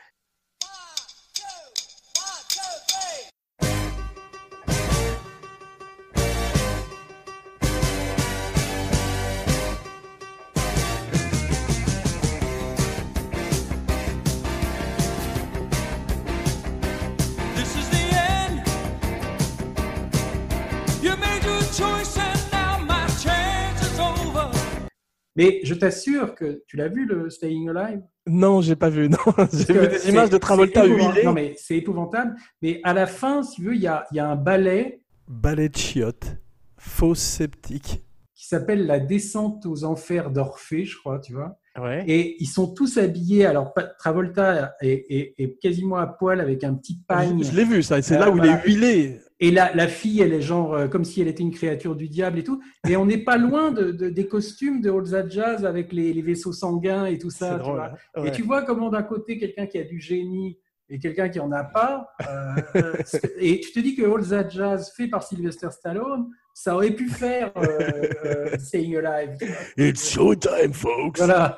This is the end. You made your choice and now my chance is over. mais je t'assure que tu l'as vu, le Staying Alive? Non, j'ai pas vu. Non, j'ai Parce vu que des c'est- images de Travolta c'est épouvant- huilé. Non, mais c'est épouvantable. Mais à la fin, si tu veux, il y a, il y a un ballet Ballet de chiottes, fausse sceptique. qui s'appelle La descente aux enfers d'Orphée, je crois, tu vois. Ouais. Et ils sont tous habillés. Alors, pa- Travolta est, est- est quasiment à poil avec un petit pagne. Je, je l'ai vu, ça. C'est Euh, là où voilà. il est huilé. Et la, la fille, elle est genre euh, comme si elle était une créature du diable et tout. Et on n'est pas loin de, de- des costumes de All That Jazz avec les, les vaisseaux sanguins et tout ça. C'est tu drôle. vois. hein. Ouais. Et tu vois comment d'un côté, quelqu'un qui a du génie et quelqu'un qui en a pas. euh, euh, et tu te dis que All That Jazz fait par Sylvester Stallone, ça aurait pu faire euh, euh, Staying Alive. tu vois. It's showtime, folks. Voilà.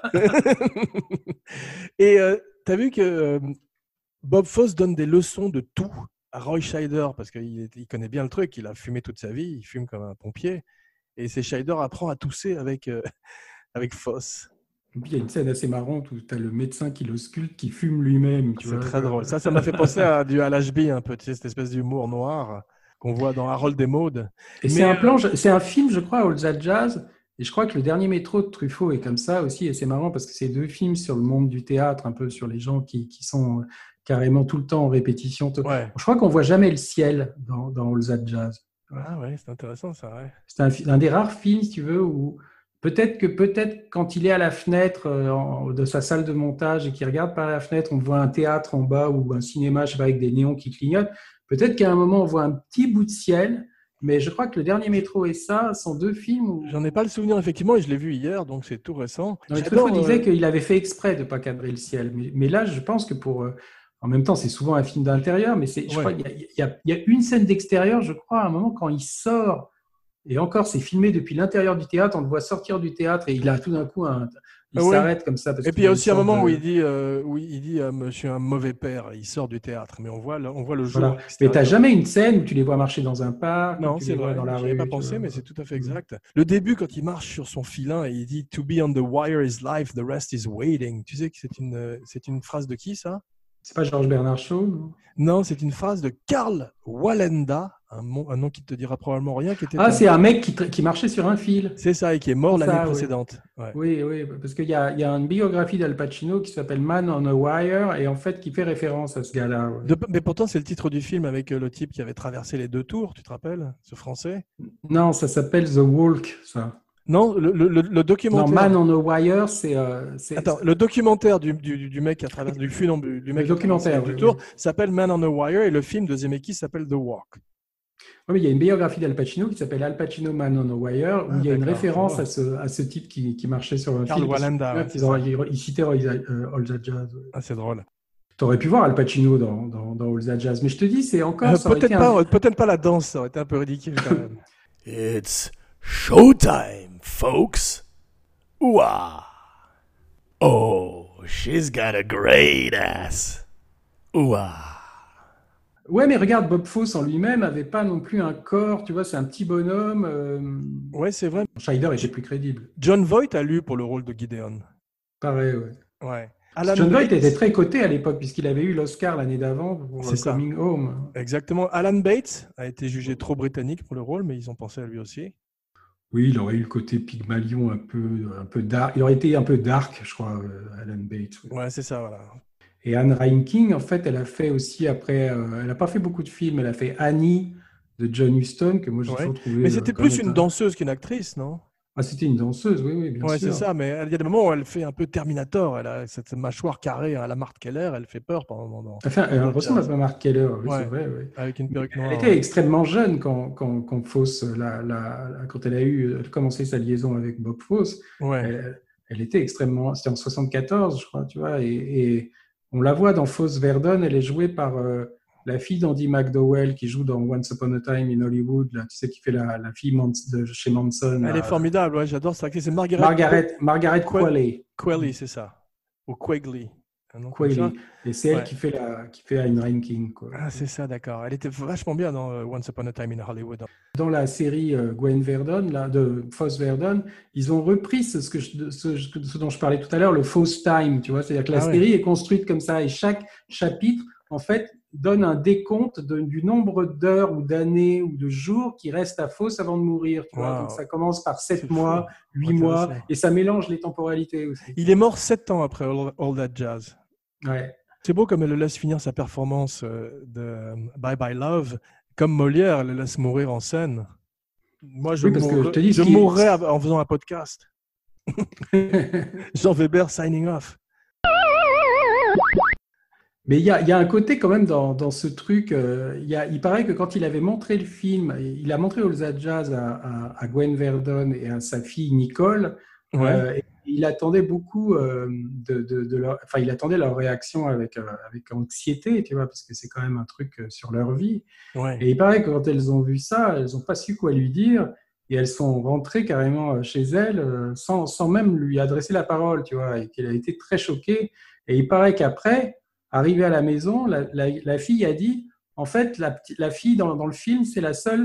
Et euh, tu as vu que euh, Bob Fosse donne des leçons de tout à Roy Scheider parce qu'il est- il connaît bien le truc. Il a fumé toute sa vie, il fume comme un pompier. Et c'est Scheider apprend à tousser avec, euh, avec Fosse. Et puis il y a une scène assez marrante où tu as le médecin qui l'ausculte, qui fume lui-même. Tu C'est vois, très quoi. drôle. Ça, ça m'a fait penser à du Al Ashby, un peu, tu sais, cette espèce d'humour noir qu'on voit dans Harold et Maude. Et Mais, c'est un euh, plan, je- c'est un film, je crois, All That Jazz. Et je crois que le dernier métro de Truffaut est comme ça aussi. Et c'est marrant parce que c'est deux films sur le monde du théâtre, un peu sur les gens qui, qui sont carrément tout le temps en répétition. Ouais. Je crois qu'on voit jamais le ciel dans, dans All That Jazz. Ah ouais, c'est intéressant ça, ouais. C'est un, fi- un des rares films, si tu veux, où peut-être que peut-être quand il est à la fenêtre euh, en- de sa salle de montage et qu'il regarde par la fenêtre, on voit un théâtre en bas ou un cinéma, je sais pas, avec des néons qui clignotent. Peut-être qu'à un moment, on voit un petit bout de ciel. Mais je crois que le dernier métro et ça sont deux films où... J'en ai pas le souvenir effectivement et je l'ai vu hier, donc c'est tout récent. Non, mais J'adore, Truffaut disait euh, qu'il avait fait exprès de ne pas cadrer le ciel. Mais, mais là, je pense que pour... euh, en même temps, c'est souvent un film d'intérieur, mais c'est, je Ouais. crois qu'il y a, il y a- il y a une scène d'extérieur, je crois, à un moment, quand il sort, et encore, c'est filmé depuis l'intérieur du théâtre, on le voit sortir du théâtre, et il a tout d'un coup un... Il Ah ouais. s'arrête comme ça. Parce Et puis qu'il il y a une aussi un sorte moment où de- il dit, euh, où il dit euh, je suis un mauvais père, il sort du théâtre, mais on voit le, on voit le jour. Voilà. à Mais tu l'extérieur. n'as jamais une scène où tu les vois marcher dans un parc, Non, où tu c'est les vois vrai, dans la j'y rue. avais pas tu pensé, vois. mais c'est tout à fait exact. Le début, quand il marche sur son filin et il dit « To be on the wire is life, the rest is waiting », tu sais que c'est une, euh, c'est une phrase de qui, ça? C'est pas Georges Bernard Shaw, non? Non, c'est une phrase de Karl Wallenda, un, mon- un nom qui te dira probablement rien, qui était Ah, c'est un mec qui, tra- qui marchait sur un fil. C'est ça, et qui est mort C'est l'année ça, oui. précédente. Ouais. Oui, oui, parce qu'il y a, il y a une biographie d'Al Pacino qui s'appelle Man on a Wire et en fait qui fait référence à ce gars-là. ouais. De- mais pourtant, c'est le titre du film avec euh, le type qui avait traversé les deux tours, tu te rappelles? Ce français? Non, ça s'appelle The Walk, ça. Non, le, le- le- le documentaire. Non, Man on a Wire, c'est. euh, c'est- Attends, le documentaire du, du, du mec qui a traversé du funambule, du mec Le qui a traversé documentaire, les deux oui, tours, oui. s'appelle Man on a Wire et le film de Zemeckis s'appelle The Walk. Oui, mais il y a une biographie d'Al Pacino qui s'appelle Al Pacino Man on a Wire où Ah, il y a une d'accord, référence je vois. à ce, à ce type qui, qui marchait sur un Karl fil. parce que Wallenda, là, ouais, ils c'est ont- ça. il, il citait All That, euh, All That Jazz. ouais. Ah, c'est drôle. Tu aurais pu voir Al Pacino dans, dans, dans All That Jazz, mais je te dis, c'est encore. Euh, ça aurait peut-être, été pas, un- peut-être pas la danse, ça aurait été un peu ridicule quand même. It's showtime, folks. Ooh-ah. Oh, she's got a great ass. Ooh-ah. Ouais, mais regarde, Bob Fosse en lui-même avait pas non plus un corps, tu vois, c'est un petit bonhomme. euh, Ouais, c'est vrai. Scheider était plus crédible. John Voight a lu pour le rôle de Gideon. Pareil, ouais. Ouais. Alan John Voight Bates- était très coté à l'époque, puisqu'il avait eu l'Oscar l'année d'avant pour C'est euh, ça. Coming Home. Exactement. Alan Bates a été jugé trop britannique pour le rôle, mais ils ont pensé à lui aussi. Oui, il aurait eu le côté Pygmalion un peu, un peu dark. Il aurait été un peu dark, je crois, euh, Alan Bates. ouais. Ouais, c'est ça, voilà. Et Anne Reinking, en fait, elle a fait aussi après. euh, elle n'a pas fait beaucoup de films. Elle a fait Annie de John Huston, que moi j'ai Ouais. toujours trouvé. Mais euh, c'était quand plus même une un- danseuse qu'une actrice, non? Ah, c'était une danseuse, oui, oui, bien Ouais, sûr. c'est ça, mais il y a des moments où elle fait un peu Terminator. Elle a cette mâchoire carrée à la Marthe Keller, elle fait peur pendant un moment. Enfin, elle ressemble à Mark Keller, oui, Ouais, c'est vrai. Oui. avec une perruque noire. Elle était ouais. extrêmement jeune quand, quand, quand Fosse, la, la, la- quand elle a eu elle a commencé sa liaison avec Bob Fosse. Ouais. Elle, elle était extrêmement. C'était en soixante-quatorze, je crois, tu vois. Et, et on la voit dans Fosse Verdon. Elle est jouée par euh, la fille d'Andy McDowell qui joue dans Once Upon a Time in Hollywood. Là, tu sais, qui fait la, la fille Mans- de chez Manson. Elle là. est formidable, ouais, j'adore ça. C'est Margaret, Margaret, Margaret Que- Qualley. Qualley, c'est ça. Ou Quigley. Un nom comme Qualley. ça. Et c'est elle Ouais. qui fait la, qui fait Ayn Ranking, quoi. Ah, c'est ça, d'accord. Elle était vachement bien dans euh, Once Upon a Time in Hollywood. Dans la série euh, Gwen Verdon, là, de Fosse Verdon, ils ont repris ce, ce, que je- ce, ce dont je parlais tout à l'heure, le Fosse Time, tu vois, c'est-à-dire que la Ah ouais. série est construite comme ça et chaque chapitre, en fait, donne un décompte de- du nombre d'heures ou d'années ou de jours qui restent à Fosse avant de mourir. Tu vois. Wow. Donc ça commence par sept C'est mois, fou. huit mois, Intéressant. et ça mélange les temporalités aussi. Il est mort sept ans après All, All That Jazz. Ouais. C'est beau comme elle le laisse finir sa performance euh, de euh, Bye Bye Love. Comme Molière, elle le laisse mourir en scène. Moi, je, Oui, parce que mourrais, je te dis, je ce qui- mourrais en faisant un podcast. Jean Weber signing off. Mais il y a, il y a un côté quand même dans, dans ce truc. euh, il, y a, il paraît que quand il avait montré le film, il a montré All That Jazz à, à, à Gwen Verdon et à sa fille Nicole. Ouais. euh, et il attendait beaucoup euh, de, de, de leur, enfin, il attendait leur réaction avec, euh, avec anxiété, tu vois, parce que c'est quand même un truc euh, sur leur vie. Ouais. Et il paraît que quand elles ont vu ça, elles n'ont pas su quoi lui dire. Et elles sont rentrées carrément chez elle euh, sans, sans même lui adresser la parole, tu vois, et qu'elle a été très choquée. Et il paraît qu'après, arrivée à la maison, la, la, la fille a dit, en fait, la, p'ti- la fille dans, dans le film, c'est la seule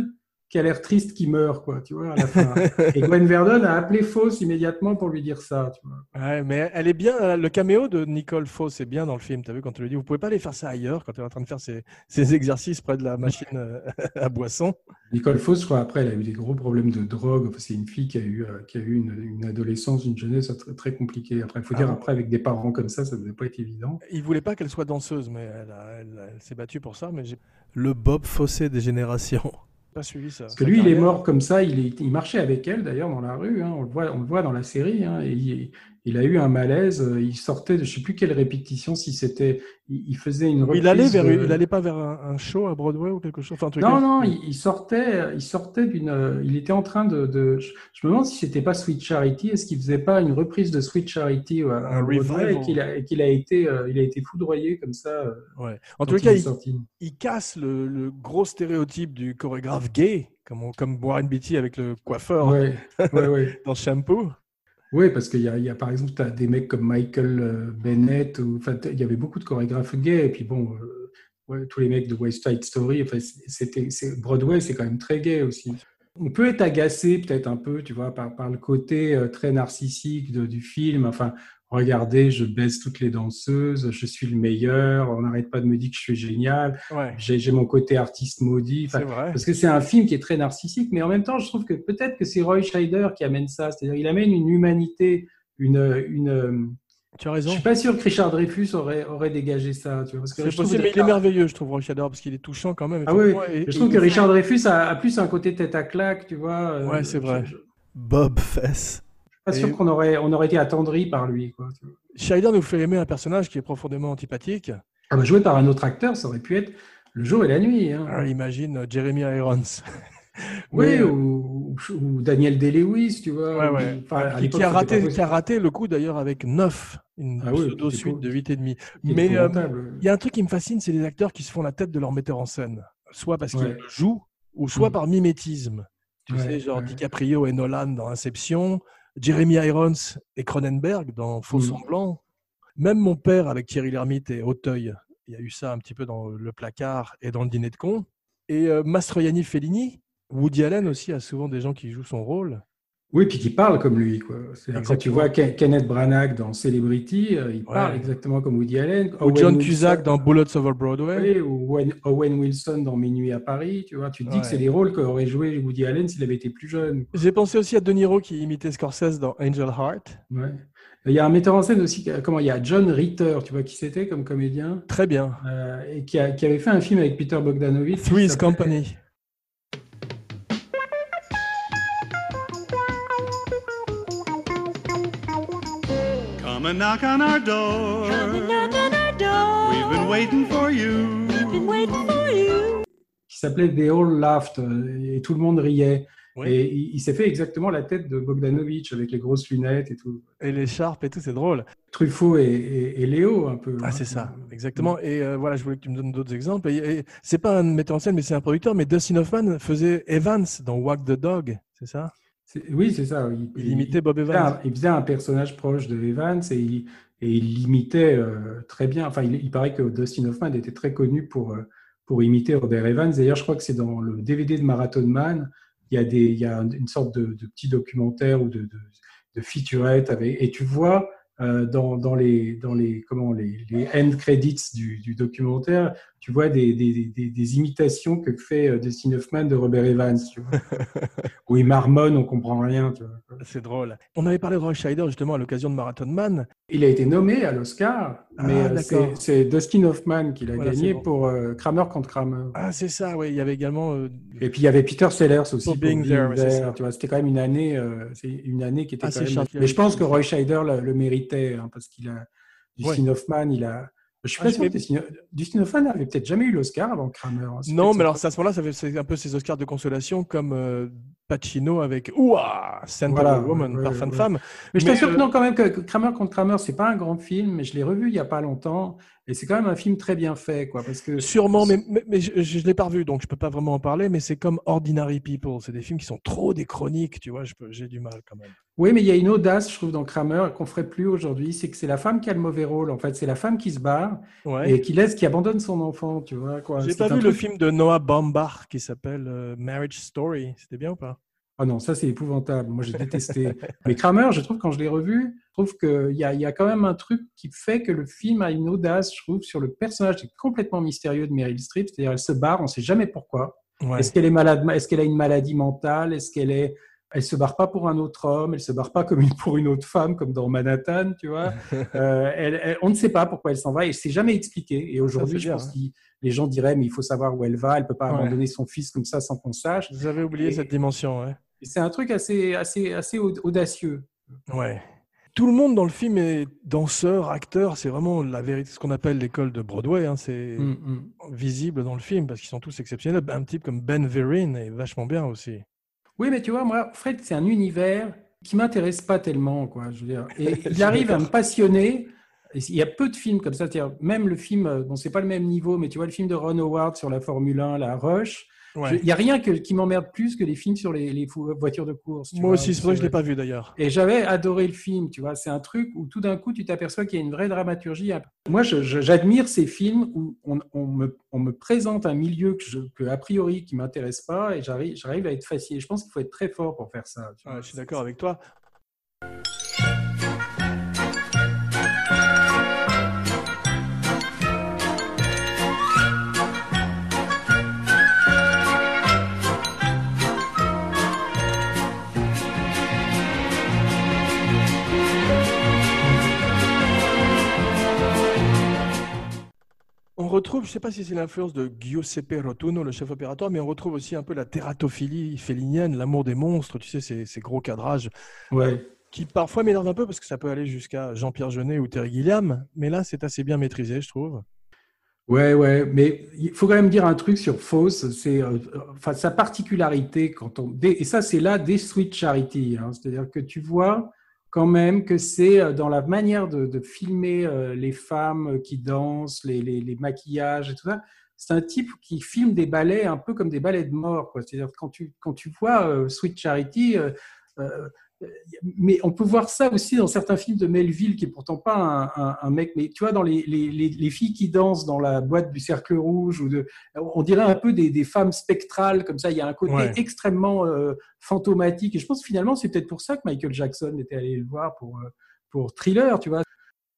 qui a l'air triste qui meurt, quoi, tu vois, à la fin. Et Gwen Verdon a appelé Fosse immédiatement pour lui dire ça, tu vois. Ouais, mais elle est bien. Le caméo de Nicole Fosse est bien dans le film. T'as vu quand tu lui dis, vous pouvez pas aller faire ça ailleurs quand elle est en train de faire ses, ses exercices près de la machine euh, à boisson. Nicole Fosse, je crois, après, elle a eu des gros problèmes de drogue. Enfin, c'est une fille qui a eu, euh, qui a eu une, une adolescence, une jeunesse très, très compliquée. Après, il faut Ah dire, ouais. après, avec des parents comme ça, ça ne devait pas être évident. Il voulait pas qu'elle soit danseuse, mais elle, a- elle, elle s'est battue pour ça. Mais j'ai... Le Bob Fosse des générations. Pas suivi ça. Parce que lui, il est mort comme ça. Il, est, il marchait avec elle, d'ailleurs, dans la rue. Hein, on, le voit, on le voit dans la série. Hein, et il, il a eu un malaise. Il sortait de je ne sais plus quelle répétition, si c'était. Il, il faisait une reprise. Il allait vers, de... il allait pas vers un, un show à Broadway ou quelque chose. Enfin, un truc non, comme... non, il, il sortait. Il sortait d'une. Il était en train de. de je, je me demande si c'était pas Sweet Charity. Est-ce qu'il faisait pas une reprise de Sweet Charity à, à Broadway, et qu'il a, et qu'il a été, euh, il a été foudroyé comme ça. Ouais. En tout cas, il, il casse le, le gros stéréotype du chorégraphe gay. Comme, on, comme Warren Beatty avec le coiffeur ouais, ouais, ouais. dans Shampoo. Oui, parce qu'il y a, il y a par exemple, tu as des mecs comme Michael Bennett, ou, enfin, il y avait beaucoup de chorégraphes gays, et puis bon, euh, ouais, tous les mecs de West Side Story, enfin, c'était, c'est, Broadway, c'est quand même très gay aussi. On peut être agacé peut-être un peu, tu vois, par, par le côté euh, très narcissique de, du film, enfin, regardez, je baise toutes les danseuses, je suis le meilleur, on n'arrête pas de me dire que je suis génial, ouais. j'ai, j'ai mon côté artiste maudit. C'est vrai. Parce que c'est un film qui est très narcissique, mais en même temps, je trouve que peut-être que c'est Roy Scheider qui amène ça, c'est-à-dire il amène une humanité, une... une tu as raison. Je ne suis pas sûr que Richard Dreyfuss aurait, aurait dégagé ça. Tu vois, parce que c'est possible, mais il est merveilleux, je trouve, Roy Scheider, parce qu'il est touchant quand même. Ah oui, et, je trouve et que Richard Dreyfuss a, a plus un côté tête à claque, tu vois. Ouais, c'est vrai. Je, je... Bob Fess. Je suis pas sûr qu'on aurait, on aurait été attendri par lui, quoi. Tu vois. Scheider nous fait aimer un personnage qui est profondément antipathique. Ah bah, joué par un autre acteur, ça aurait pu être le jour et la nuit. Hein. Alors, imagine uh, Jeremy Irons. Oui, mais, ou, ou Daniel Day-Lewis, tu vois. Ouais, ouais. Ou, enfin, qui, qui, a raté, qui a raté le coup d'ailleurs avec neuf, une ah pseudo-suite oui, de huit virgule cinq. Mais il euh, y a un truc qui me fascine, c'est les acteurs qui se font la tête de leur metteur en scène. Soit parce qu'ils ouais. jouent, ou soit mmh. par mimétisme. Tu ouais, sais, genre ouais. DiCaprio et Nolan dans Inception, Jeremy Irons et Cronenberg dans Faux mmh. Semblant. Même mon père avec Thierry Lhermitte et Auteuil, il y a eu ça un petit peu dans Le Placard et dans Le Dîner de cons. Et euh, Mastroianni Fellini, Woody Allen aussi a souvent des gens qui jouent son rôle. Oui, puis qui parlent comme lui. Quoi. Quand tu vois Kenneth Branagh dans Celebrity, euh, il ouais. parle exactement comme Woody Allen. Ou Owen John Wilson, Cusack dans Bullets Over Broadway. Oui, ou Owen, Owen Wilson dans Minuit à Paris. Tu vois, tu te dis ouais. que c'est des rôles qu'aurait joué Woody Allen s'il avait été plus jeune. J'ai pensé aussi à De Niro qui imitait Scorsese dans Angel Heart. Ouais. Il y a un metteur en scène aussi, comment il y a John Ritter, tu vois qui c'était comme comédien. Très bien. Euh, et qui, a, qui avait fait un film avec Peter Bogdanovich. Three's Company. Come and knock on our door. Come and knock on our door. We've been waiting for you. We've been waiting for you. Qui s'appelait They All Laughed et tout le monde riait. Oui. Et il, il s'est fait exactement la tête de Bogdanovich avec les grosses lunettes et tout. Et l'écharpe et tout, c'est drôle. Truffaut et, et, et Léo un peu. Ah, hein. c'est ça, exactement. Et euh, voilà, je voulais que tu me donnes d'autres exemples. Et, et, c'est pas un metteur en scène, mais c'est un producteur. Mais Dustin Hoffman faisait Evans dans Wag the Dog, c'est ça? C'est, oui, c'est ça. Il, il imitait Bob il, Evans. Il faisait un personnage proche de Evans et il, et il l'imitait euh, très bien. Enfin, il, il paraît que Dustin Hoffman était très connu pour, pour imiter Robert Evans. D'ailleurs, je crois que c'est dans le D V D de Marathon Man. Il y a, des, il y a une sorte de, de petit documentaire ou de, de, de featurette avec, et tu vois euh, dans, dans les dans les comment les, les end credits du, du documentaire, tu vois des, des, des, des imitations que fait Dustin Hoffman de Robert Evans, tu vois, où il marmonne, on comprend rien. Tu vois. C'est drôle. On avait parlé de Roy Scheider justement à l'occasion de Marathon Man. Il a été nommé à l'Oscar, ah, mais c'est, c'est Dustin Hoffman qui l'a voilà, gagné bon. pour euh, Kramer contre Kramer. Ah, c'est ça, oui. Il y avait également. Euh... Et puis il y avait Peter Sellers aussi. Pour Being There, there tu vois, c'était quand même une année, euh, c'est une année qui était. Ah, quand même... Mais je pense que Roy Scheider le, le méritait hein, parce qu'il a. Dustin ouais. Hoffman, il a. Je suis pas ah, sûr que mais... Dustin Hoffman n'avait peut-être jamais eu l'Oscar avant Kramer. Hein, non, mais alors à ce moment-là, ça fait, c'est un peu ses Oscars de consolation comme euh, Pacino avec Ouah, Scent voilà, of a Woman, ouais, Parfum ouais. de femme. Mais je t'assure euh... que non, quand même, que Kramer contre Kramer, c'est pas un grand film, mais je l'ai revu il y a pas longtemps Et c'est quand même un film très bien fait, quoi, parce que Sûrement, mais, mais, mais je ne l'ai pas revu, donc je ne peux pas vraiment en parler, mais c'est comme Ordinary People. C'est des films qui sont trop des chroniques, tu vois, je peux, j'ai du mal quand même. Oui, mais il y a une audace, je trouve, dans Kramer qu'on ferait plus aujourd'hui. C'est que c'est la femme qui a le mauvais rôle. En fait, c'est la femme qui se barre Ouais. et qui laisse, qui abandonne son enfant, tu vois, quoi. J'ai C'est pas un vu le truc- film de Noah Baumbach qui s'appelle euh, Marriage Story. C'était bien ou pas? Ah non, ça c'est épouvantable. Moi j'ai détesté. Mais Kramer, je trouve, quand je l'ai revu, je trouve qu'il y a, il y a quand même un truc qui fait que le film a une audace, je trouve, sur le personnage qui est complètement mystérieux de Meryl Streep. C'est-à-dire, elle se barre, on ne sait jamais pourquoi. Ouais. Est-ce qu'elle est malade? Est-ce qu'elle a une maladie mentale? Est-ce qu'elle est... Elle se barre pas pour un autre homme, elle se barre pas comme une, pour une autre femme, comme dans Manhattan, tu vois. euh, elle, elle, on ne sait pas pourquoi elle s'en va et c'est jamais expliqué. Et aujourd'hui, c'est je bien, pense hein. que les gens diraient, mais il faut savoir où elle va, elle peut pas Ouais. abandonner son fils comme ça sans qu'on sache. Vous avez oublié Et- cette dimension, ouais. Et c'est un truc assez, assez, assez au- audacieux. Ouais. Tout le monde dans le film est danseur, acteur. C'est vraiment la vérité, ce qu'on appelle l'école de Broadway. Hein. C'est Mm, mm. visible dans le film parce qu'ils sont tous exceptionnels. Un type comme Ben Vereen est vachement bien aussi. Oui, mais tu vois, moi, Fred, c'est un univers qui m'intéresse pas tellement, quoi. Je veux dire, et Je il suis arrive à d'accord. me passionner. Et il y a peu de films comme ça. C'est-à-dire, même le film, euh, bon, c'est pas le même niveau, mais tu vois, le film de Ron Howard sur la Formule un, la Rush. Ouais. je- Il y a rien que, qui m'emmerde plus que les films sur les, les fou- voitures de course. tu Moi vois, aussi, c'est pour ça que je sur- l'ai pas vu d'ailleurs. Et j'avais adoré le film, tu vois. C'est un truc où tout d'un coup, tu t'aperçois qu'il y a une vraie dramaturgie. Moi, je- je- j'admire ces films où on, on me, on me présente un milieu que, je, que a priori, qui m'intéresse pas, et j'arrive, j'arrive à être fasciné. Je pense qu'il faut être très fort pour faire ça. tu vois. Ouais, je suis d'accord avec toi. On retrouve, je ne sais pas si c'est l'influence de Giuseppe Rotunno, le chef opérateur, mais on retrouve aussi un peu la tératophilie félinienne, l'amour des monstres, tu sais, ces, ces gros cadrages Ouais. qui parfois m'énervent un peu parce que ça peut aller jusqu'à Jean-Pierre Jeunet ou Terry Gilliam, mais là, c'est assez bien maîtrisé, je trouve. Ouais, ouais, mais il faut quand même dire un truc sur Fausse, c'est euh, enfin sa particularité quand on dé- et ça c'est là des Sweet Charity, hein, c'est-à-dire que tu vois quand même que c'est euh, dans la manière de, de filmer euh, les femmes qui dansent, les, les, les maquillages et tout ça. C'est un type qui filme des ballets un peu comme des ballets de mort, quoi. C'est-à-dire que quand tu quand tu vois euh, Sweet Charity. Euh, euh, mais on peut voir ça aussi dans certains films de Melville, qui est pourtant pas un, un, un mec, mais tu vois, dans les, les, les, les filles qui dansent dans la boîte du Cercle Rouge, ou de, on dirait un peu des, des femmes spectrales, comme ça, il y a un côté Ouais. extrêmement euh, fantomatique, et je pense finalement c'est peut-être pour ça que Michael Jackson était allé le voir pour, euh, pour Thriller, tu vois.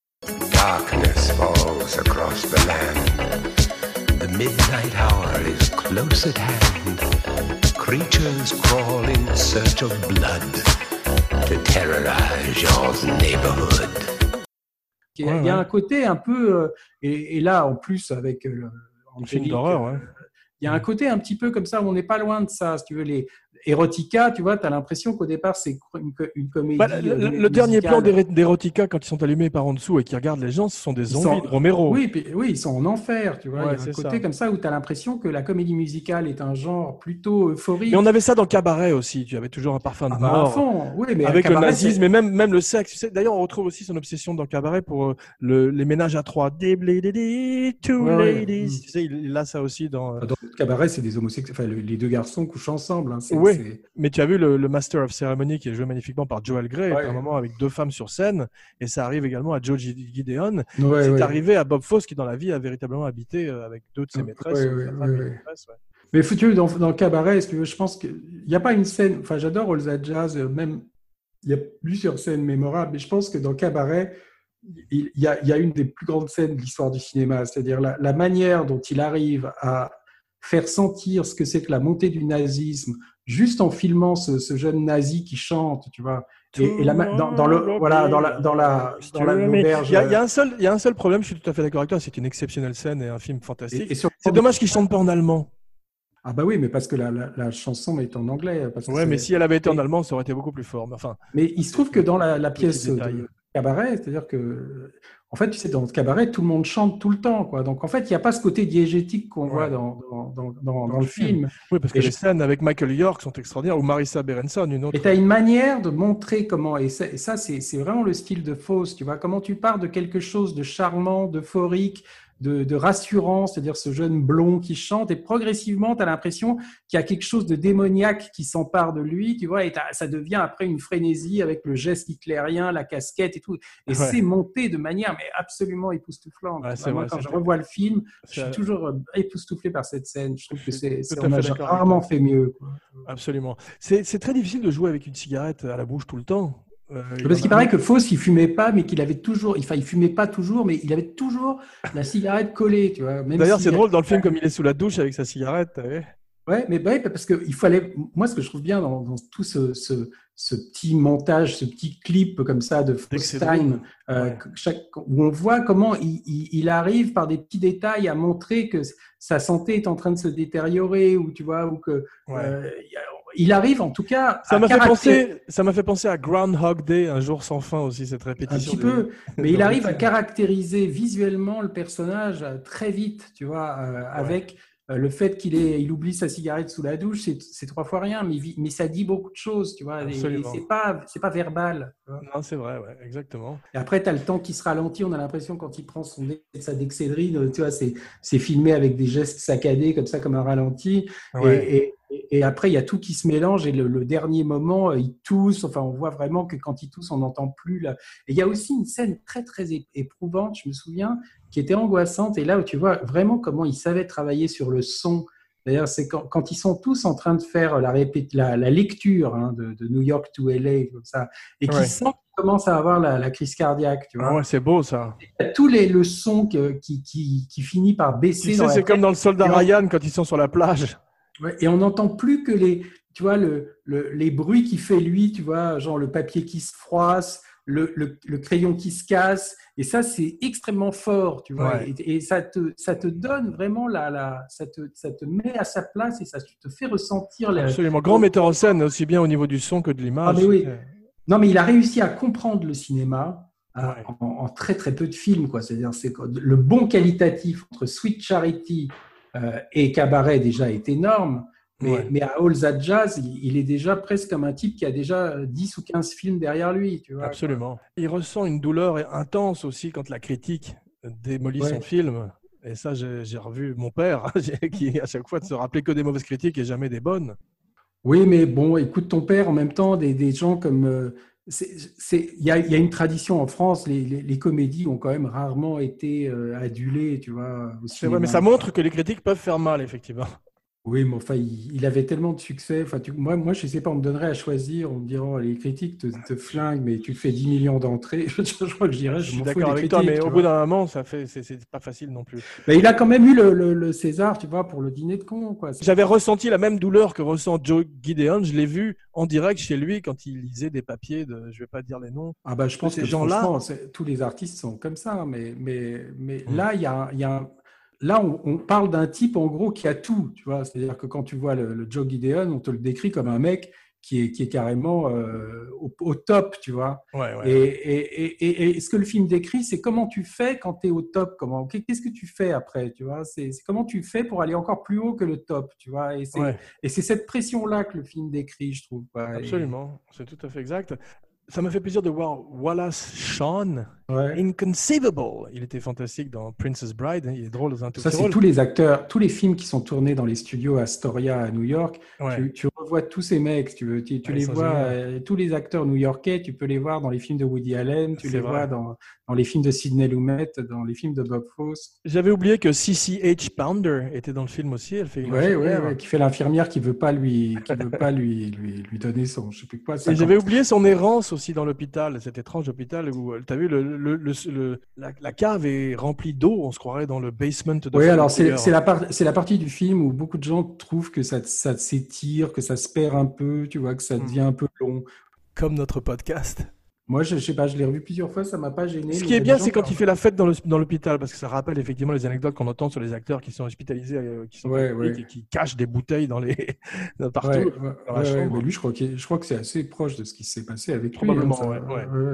Darkness falls across the land. The midnight hour is close at hand. Creatures crawl in search of blood to terrorize your neighborhood. Il y a, Ouais, il y a ouais. un côté un peu, euh, et, et là en plus avec euh, Un film Angélique, d'horreur, euh, ouais. il y a un côté un petit peu comme ça, où on n'est pas loin de ça, si tu veux. Les Erotica, tu vois, tu as l'impression qu'au départ c'est une, une comédie. Bah, le, euh, le- le musicale. dernier plan d'Er- d'Erotica, quand ils sont allumés par en dessous et qu'ils regardent les gens, ce sont des Ils zombies sont- de Romero. Oui, puis- oui, ils sont en enfer, tu vois. Ouais, il y a un c'est côté ça. comme ça où tu as l'impression que la comédie musicale est un genre plutôt euphorique. Et on avait ça dans Cabaret aussi. Tu avais toujours un parfum de Ah bah, à mort. fond. Oui, mais Avec Cabaret, le nazisme c'est- et même, même le sexe. Tu sais, d'ailleurs, on retrouve aussi son obsession dans Cabaret pour euh, le, les ménages à trois. Dibli-di-di, Two Ouais, ouais. ladies. Mm. Tu sais, il, il a ça aussi dans. euh, Dans Cabaret, c'est des homosexuels. Enfin, le- les deux garçons couchent ensemble. Hein. C'est- Oui, c'est- mais tu as vu le, le Master of Ceremony qui est joué magnifiquement par Joel Grey, Ouais. à un moment avec deux femmes sur scène, et ça arrive également à Joe G- Gideon. Ouais, c'est ouais. arrivé à Bob Fosse qui, dans la vie, a véritablement habité euh, avec deux de ses Ouais, maîtresses. ouais, sa ouais, femme ouais, et une ouais. maîtresse, ouais. Mais foutu dans, dans Cabaret, si tu veux, je pense qu'il n'y a pas une scène. Enfin, j'adore All That Jazz, euh, même il y a plusieurs scènes mémorables, mais je pense que dans Cabaret, il y a, il y a une des plus grandes scènes de l'histoire du cinéma, c'est-à-dire la, la manière dont il arrive à faire sentir ce que c'est que la montée du nazisme, juste en filmant ce, ce jeune nazi qui chante, tu vois. Et, et la, ma- dans, dans le voilà dans la dans la dans la Mais l'auberge. il y, a- il y a un seul, il y a un seul problème. Je suis tout à fait d'accord avec toi. C'est une exceptionnelle scène et un film fantastique. Et- et sur- C'est dommage qu'il chante pas en allemand. Ah bah oui, mais parce que la, la, la chanson est en anglais. Parce que Ouais, c'est- mais si elle avait été en et- allemand, ça aurait été beaucoup plus fort. Mais enfin, Mais il se trouve que dans la, la Petit pièce détail. de, cabaret, c'est-à-dire que, en fait, tu sais, dans le cabaret, tout le monde chante tout le temps, quoi. Donc, en fait, il n'y a pas ce côté diégétique qu'on ouais. voit dans, dans, dans, dans, dans, dans le film. film. Oui, parce que et les je... scènes avec Michael York sont extraordinaires, ou Marissa Berenson, une autre. Et tu as une manière de montrer comment, et ça, et ça c'est, c'est vraiment le style de Faust, tu vois, comment tu pars de quelque chose de charmant, d'euphorique, De, de rassurant, c'est-à-dire ce jeune blond qui chante, et progressivement, tu as l'impression qu'il y a quelque chose de démoniaque qui s'empare de lui, tu vois, et ça devient après une frénésie avec le geste hitlérien, la casquette et tout. Et ouais. c'est monté de manière mais absolument époustouflante. Ouais, Moi, vrai, quand je fait... revois le film, c'est... je suis toujours époustouflé par cette scène. Je trouve que c'est, c'est on a rarement fait mieux. Quoi. Absolument. C'est, c'est très difficile de jouer avec une cigarette à la bouche tout le temps. Euh, Parce qu'il paraît que Faust, il fumait pas, mais qu'il avait toujours, enfin, il fumait pas toujours, mais il avait toujours la cigarette collée, tu vois. Même D'ailleurs, si c'est drôle dans le film comme il est sous la douche avec sa cigarette. Ouais, ouais mais bah, parce que il fallait. Moi, ce que je trouve bien dans, dans tout ce, ce, ce petit montage, ce petit clip comme ça de Faustine, euh, ouais. chaque, où on voit comment il, il, il arrive par des petits détails à montrer que sa santé est en train de se détériorer, ou tu vois, ou que ouais. euh, y a, il arrive en tout cas. Ça à m'a, caractér... fait penser, ça m'a fait penser à Groundhog Day, un jour sans fin aussi, cette répétition. Un petit de... peu, mais il arrive à caractériser visuellement le personnage très vite, tu vois, euh, ouais. avec euh, le fait qu'il est, il oublie sa cigarette sous la douche, c'est, c'est trois fois rien, mais, mais ça dit beaucoup de choses, tu vois, et, et c'est pas, c'est pas verbal. Tu vois. Non, c'est vrai, ouais, exactement. Et après, tu as le temps qui se ralentit, on a l'impression quand il prend son sa dexédrine, tu vois, c'est, c'est filmé avec des gestes saccadés, comme ça, comme un ralenti, ouais. et, et Et après, il y a tout qui se mélange et le, le dernier moment, il tousse. Enfin, on voit vraiment que quand il tousse, on n'entend plus. Là. Et il y a aussi une scène très, très éprouvante, je me souviens, qui était angoissante. Et là où tu vois vraiment comment ils savaient travailler sur le son. D'ailleurs, c'est quand, quand ils sont tous en train de faire la, répét- la, la lecture hein, de, de New York to L A, comme ça, et qu'ils ouais. sentent qu'ils commencent à avoir la, la crise cardiaque. Tu vois. Ah ouais, c'est beau ça. Il y a tous les le son que, qui, qui, qui finit par baisser. Tu dans sais, la c'est comme dans le Soldat Ryan quand ils sont sur la plage. Ouais, et on n'entend plus que les, tu vois, le, le, les bruits qu'il fait lui, tu vois, genre le papier qui se froisse, le, le, le crayon qui se casse, et ça c'est extrêmement fort, tu vois, ouais. et, et ça te, ça te donne vraiment la, la, ça te, ça te met à sa place et ça te fait ressentir. La... Absolument, grand metteur en scène aussi bien au niveau du son que de l'image. Ah mais oui, non mais il a réussi à comprendre le cinéma. Ouais. En, en très très peu de films, quoi. C'est-à-dire c'est le bon qualitatif entre Sweet Charity Euh, et Cabaret déjà est énorme, mais, ouais. mais à All That Jazz, il, il est déjà presque comme un type qui a déjà dix ou quinze films derrière lui. Tu vois, absolument. Quoi. Il ressent une douleur intense aussi quand la critique démolit ouais. son film. Et ça, j'ai, j'ai revu mon père, qui à chaque fois ne se rappelait que des mauvaises critiques et jamais des bonnes. Oui, mais bon, écoute ton père, en même temps, des, des gens comme... Euh, c'est, c'est, y a, y a une tradition en France, les, les, les comédies ont quand même rarement été euh, adulées, tu vois. C'est vrai, mais ça montre que les critiques peuvent faire mal, effectivement. Oui, mais enfin, il, il avait tellement de succès. Enfin, tu, moi, moi, je ne sais pas, on me donnerait à choisir, on me dirait, oh, les critiques te, te flinguent, mais tu fais dix millions d'entrées. je, je crois que je dirais, je, je suis m'en d'accord fous avec des toi, critiques, mais au vois. bout d'un moment, ça fait, c'est, c'est pas facile non plus. Mais il a quand même eu le, le, le César, tu vois, pour le dîner de con, quoi. C'est J'avais ressenti la même douleur que ressent Joe Gideon. Je l'ai vu en direct chez lui quand il lisait des papiers de, je vais pas dire les noms. Ah bah, je pense que franchement, tous les artistes sont comme ça, mais, mais, mais mmh. là, il y a, il y a un... Là, on, on parle d'un type, en gros, qui a tout, tu vois. C'est-à-dire que quand tu vois le, le Joe Gideon, on te le décrit comme un mec qui est, qui est carrément euh, au, au top, tu vois. Ouais, ouais, et, et, et, et, et ce que le film décrit, c'est comment tu fais quand tu es au top. Comment, qu'est-ce que tu fais après, tu vois. C'est, c'est comment tu fais pour aller encore plus haut que le top, tu vois. Et c'est, ouais. et c'est cette pression-là que le film décrit, je trouve. Quoi. Absolument, et... c'est tout à fait exact. Ça m'a fait plaisir de voir Wallace Shawn, ouais. Inconceivable. Il était fantastique dans Princess Bride. Il est drôle dans un tout Ça, petit c'est rôle. tous les acteurs, tous les films qui sont tournés dans les studios Astoria à New York. Ouais. Tu, tu revois tous ces mecs. Tu, tu, tu ouais, les vois, euh, tous les acteurs new-yorkais. Tu peux les voir dans les films de Woody Allen. Tu c'est les vrai. vois dans, dans les films de Sidney Lumet, dans les films de Bob Fosse. J'avais oublié que C C H Pounder était dans le film aussi. Elle fait une ouais, ouais, ouais, qui fait l'infirmière qui veut pas lui, qui veut pas lui, lui, lui donner son, je sais plus quoi. Et j'avais oublié son errance aussi dans l'hôpital. Cet étrange hôpital où tu as vu le, le, le, le la, la cave est remplie d'eau. On se croirait dans le basement de. Oui, alors c'est, c'est la part, c'est la partie du film où beaucoup de gens trouvent que ça, ça s'étire, que ça se perd un peu, tu vois, que ça devient un peu long. Comme notre podcast. Moi, je, je sais pas, je l'ai revu plusieurs fois, ça m'a pas gêné. Ce qui est bien, c'est quand il fait la fête dans, le, dans l'hôpital, parce que ça rappelle effectivement les anecdotes qu'on entend sur les acteurs qui sont hospitalisés, euh, qui sont ouais, ouais. et qui cachent des bouteilles dans les partout. Ouais, ouais, dans la ouais, chambre. Ouais, mais lui, je crois, qu'il, je crois que c'est assez proche de ce qui s'est passé avec Probablement, lui. Probablement, hein, ouais. ouais. ouais, ouais.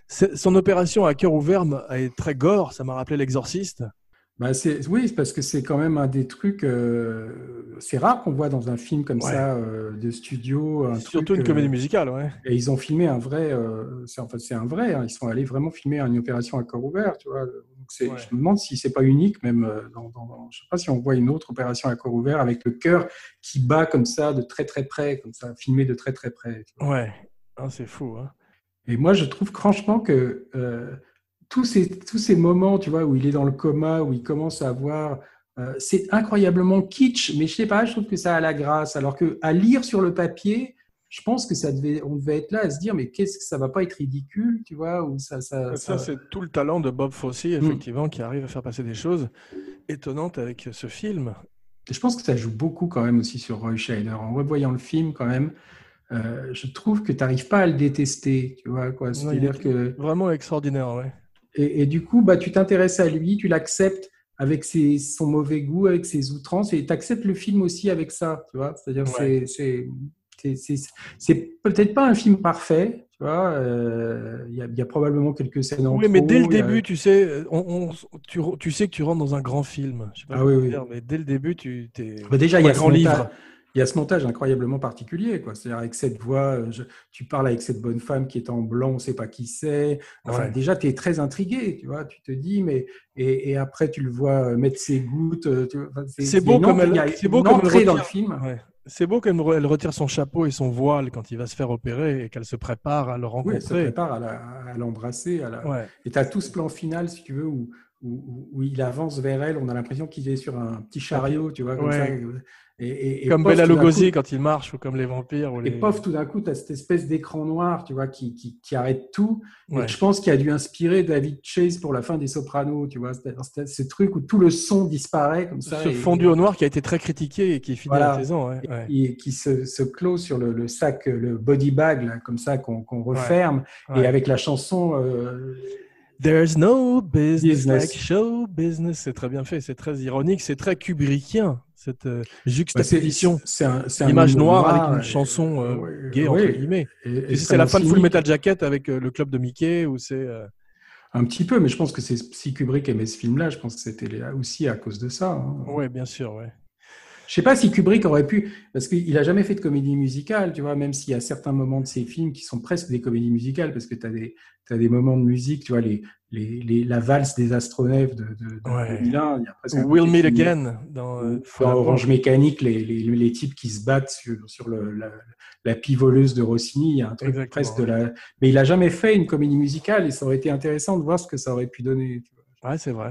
C'est, son opération à cœur ouvert est très gore, ça m'a rappelé l'Exorciste. Bah c'est, oui, parce que c'est quand même un des trucs, euh, c'est rare qu'on voit dans un film comme ouais. ça, euh, de studio. Un Surtout truc, une comédie euh, musicale, ouais. Et ils ont filmé un vrai, euh, c'est, en fait, c'est un vrai, hein, ils sont allés vraiment filmer une opération à cœur ouvert, tu vois. Donc c'est, ouais. Je me demande si c'est pas unique, même, dans, dans, dans, je sais pas si on voit une autre opération à cœur ouvert avec le cœur qui bat comme ça, de très très près, comme ça, filmé de très très près. Tu vois. Ouais, ah, c'est fou, hein. Et moi, je trouve franchement que euh, tous ces, tous ces moments, tu vois, où il est dans le coma, où il commence à avoir... Euh, c'est incroyablement kitsch, mais je sais pas, je trouve que ça a la grâce. Alors qu'à lire sur le papier, je pense que ça devait, on devait être là à se dire, mais qu'est-ce que ça va pas être ridicule, tu vois, ou ça, ça, ça, ça... c'est tout le talent de Bob Fosse, effectivement, mmh. qui arrive à faire passer des choses étonnantes avec ce film. Et je pense que ça joue beaucoup quand même aussi sur Roy Scheider. En revoyant le film, quand même, euh, je trouve que tu n'arrives pas à le détester, tu vois, quoi. C'est-à-dire que... Vraiment extraordinaire, ouais. Et, et du coup, bah, tu t'intéresses à lui, tu l'acceptes avec ses, son mauvais goût, avec ses outrances, et tu acceptes le film aussi avec ça, tu vois. C'est-à-dire ouais. c'est, c'est, c'est, c'est, c'est peut-être pas un film parfait, tu vois. Il euh, y, y a probablement quelques scènes en Oui, trop, mais dès le a... début, tu sais, on, on, tu, tu sais que tu rentres dans un grand film. Je sais pas ah oui, oui. dire, mais dès le début, tu t'es. Bah déjà, il y a un grand livre. Il y a ce montage incroyablement particulier, quoi. C'est-à-dire avec cette voix, je, tu parles avec cette bonne femme qui est en blanc, on ne sait pas qui c'est. Enfin, ouais. Déjà, tu es très intrigué, tu vois. Tu te dis, mais et, et après, tu le vois mettre ses gouttes. Tu vois, c'est, c'est beau comme elle, c'est beau comme elle retire, dans le film. Ouais. C'est beau qu'elle elle retire son chapeau et son voile quand il va se faire opérer et qu'elle se prépare à le rencontrer. Oui, elle se prépare à, la, à l'embrasser. À la... Ouais. Et tu as tout ce plan final, si tu veux, où, où, où il avance vers elle. On a l'impression qu'il est sur un petit chariot, tu vois, comme ouais. ça. Et, et, et comme Bela Lugosi quand il marche, ou comme les vampires. Ou les... Et pof, tout d'un coup, tu as cette espèce d'écran noir, tu vois, qui, qui, qui arrête tout. Ouais. Et je pense qu'il a dû inspirer David Chase pour la fin des Sopranos, tu vois. C'était, c'était ce truc où tout le son disparaît comme ça. Ce et, fondu et... au noir qui a été très critiqué et qui est fini voilà. à la saison. Ouais. Et, ouais. et qui se, se clôt sur le, le sac, le body bag, là, comme ça, qu'on, qu'on referme. Ouais. Ouais. Et avec la chanson... Euh... There's no business, business like show business. C'est très bien fait, c'est très ironique, c'est très kubrickien, cette euh, juxtaposition. Ouais, c'est, c'est un, c'est l'image un noire noir, avec une chanson euh, ouais, gay, ouais, entre guillemets. Et, et, et c'est, c'est la fin de Full Metal Jacket avec euh, le club de Mickey, ou c'est... Euh... Un petit peu, mais je pense que c'est, si Kubrick aimait ce film-là, je pense que c'était aussi à cause de ça. Hein. Oui, bien sûr, ouais. Je sais pas si Kubrick aurait pu, parce qu'il a jamais fait de comédie musicale, tu vois, même s'il y a certains moments de ses films qui sont presque des comédies musicales, parce que tu as des, t'as des moments de musique, tu vois, les, les, les, la valse des astronefs de, de, de ouais. deux mille un, il y a presque We'll Meet Again dans, euh, dans Orange Mécanique, les, les, les types qui se battent sur, sur le, la, la pie voleuse de Rossini, il y a un truc Exactement, presque de la... Mais il a jamais fait une comédie musicale, et ça aurait été intéressant de voir ce que ça aurait pu donner. Tu vois. Ouais, c'est vrai.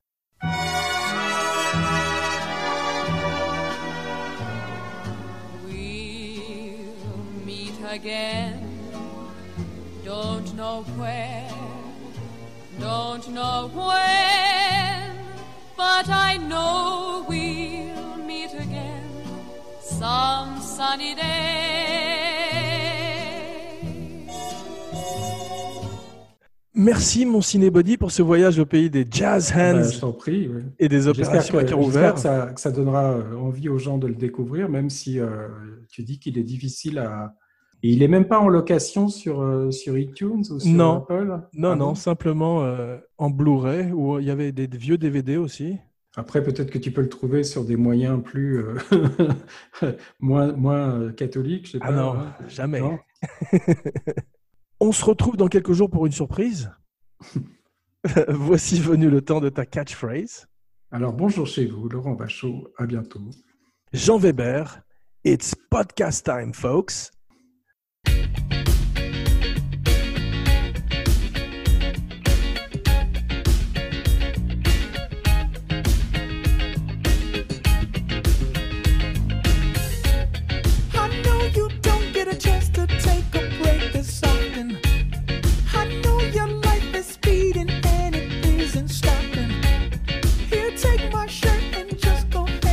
Again, don't know where, don't know when, but I know we'll meet again some sunny day. Merci mon Cinébody pour ce voyage au pays des jazz hands bah, je t'en prie, oui. Et des opérations à cœur ouvert. J'espère que ça, que ça donnera envie aux gens de le découvrir, même si euh, tu dis qu'il est difficile à... Et il n'est même pas en location sur, euh, sur iTunes ou sur non. Apple? Non, ah non, bon simplement euh, en Blu-ray, où il y avait des vieux D V D aussi. Après, peut-être que tu peux le trouver sur des moyens plus euh, moins, moins euh, catholiques, je sais ah pas. Non, hein. jamais. Non On se retrouve dans quelques jours pour une surprise. Voici venu le temps de ta catchphrase. Alors, bonjour chez vous, Laurent Vachon, à bientôt. Jean Weber, it's podcast time, folks.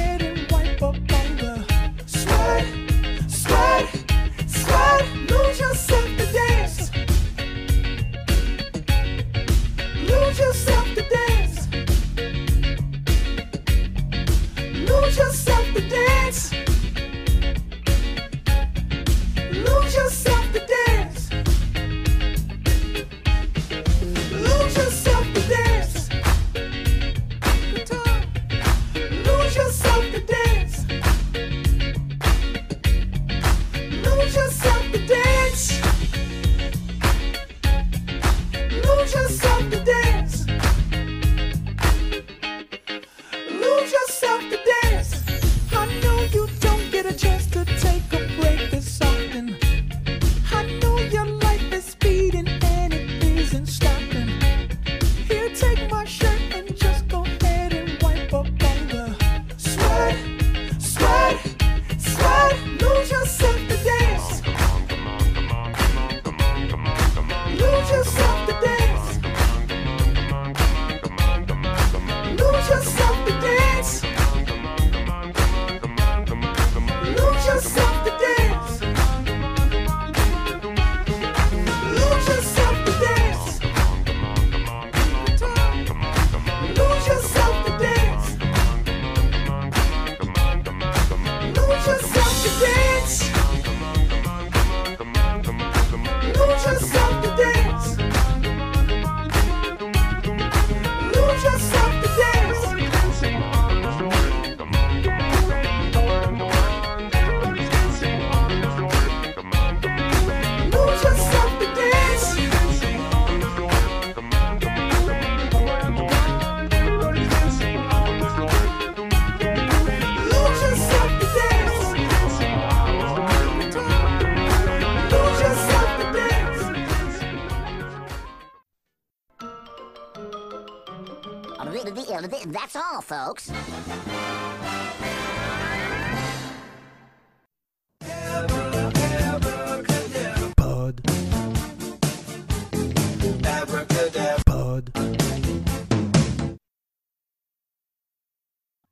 Lose your That's all, folks.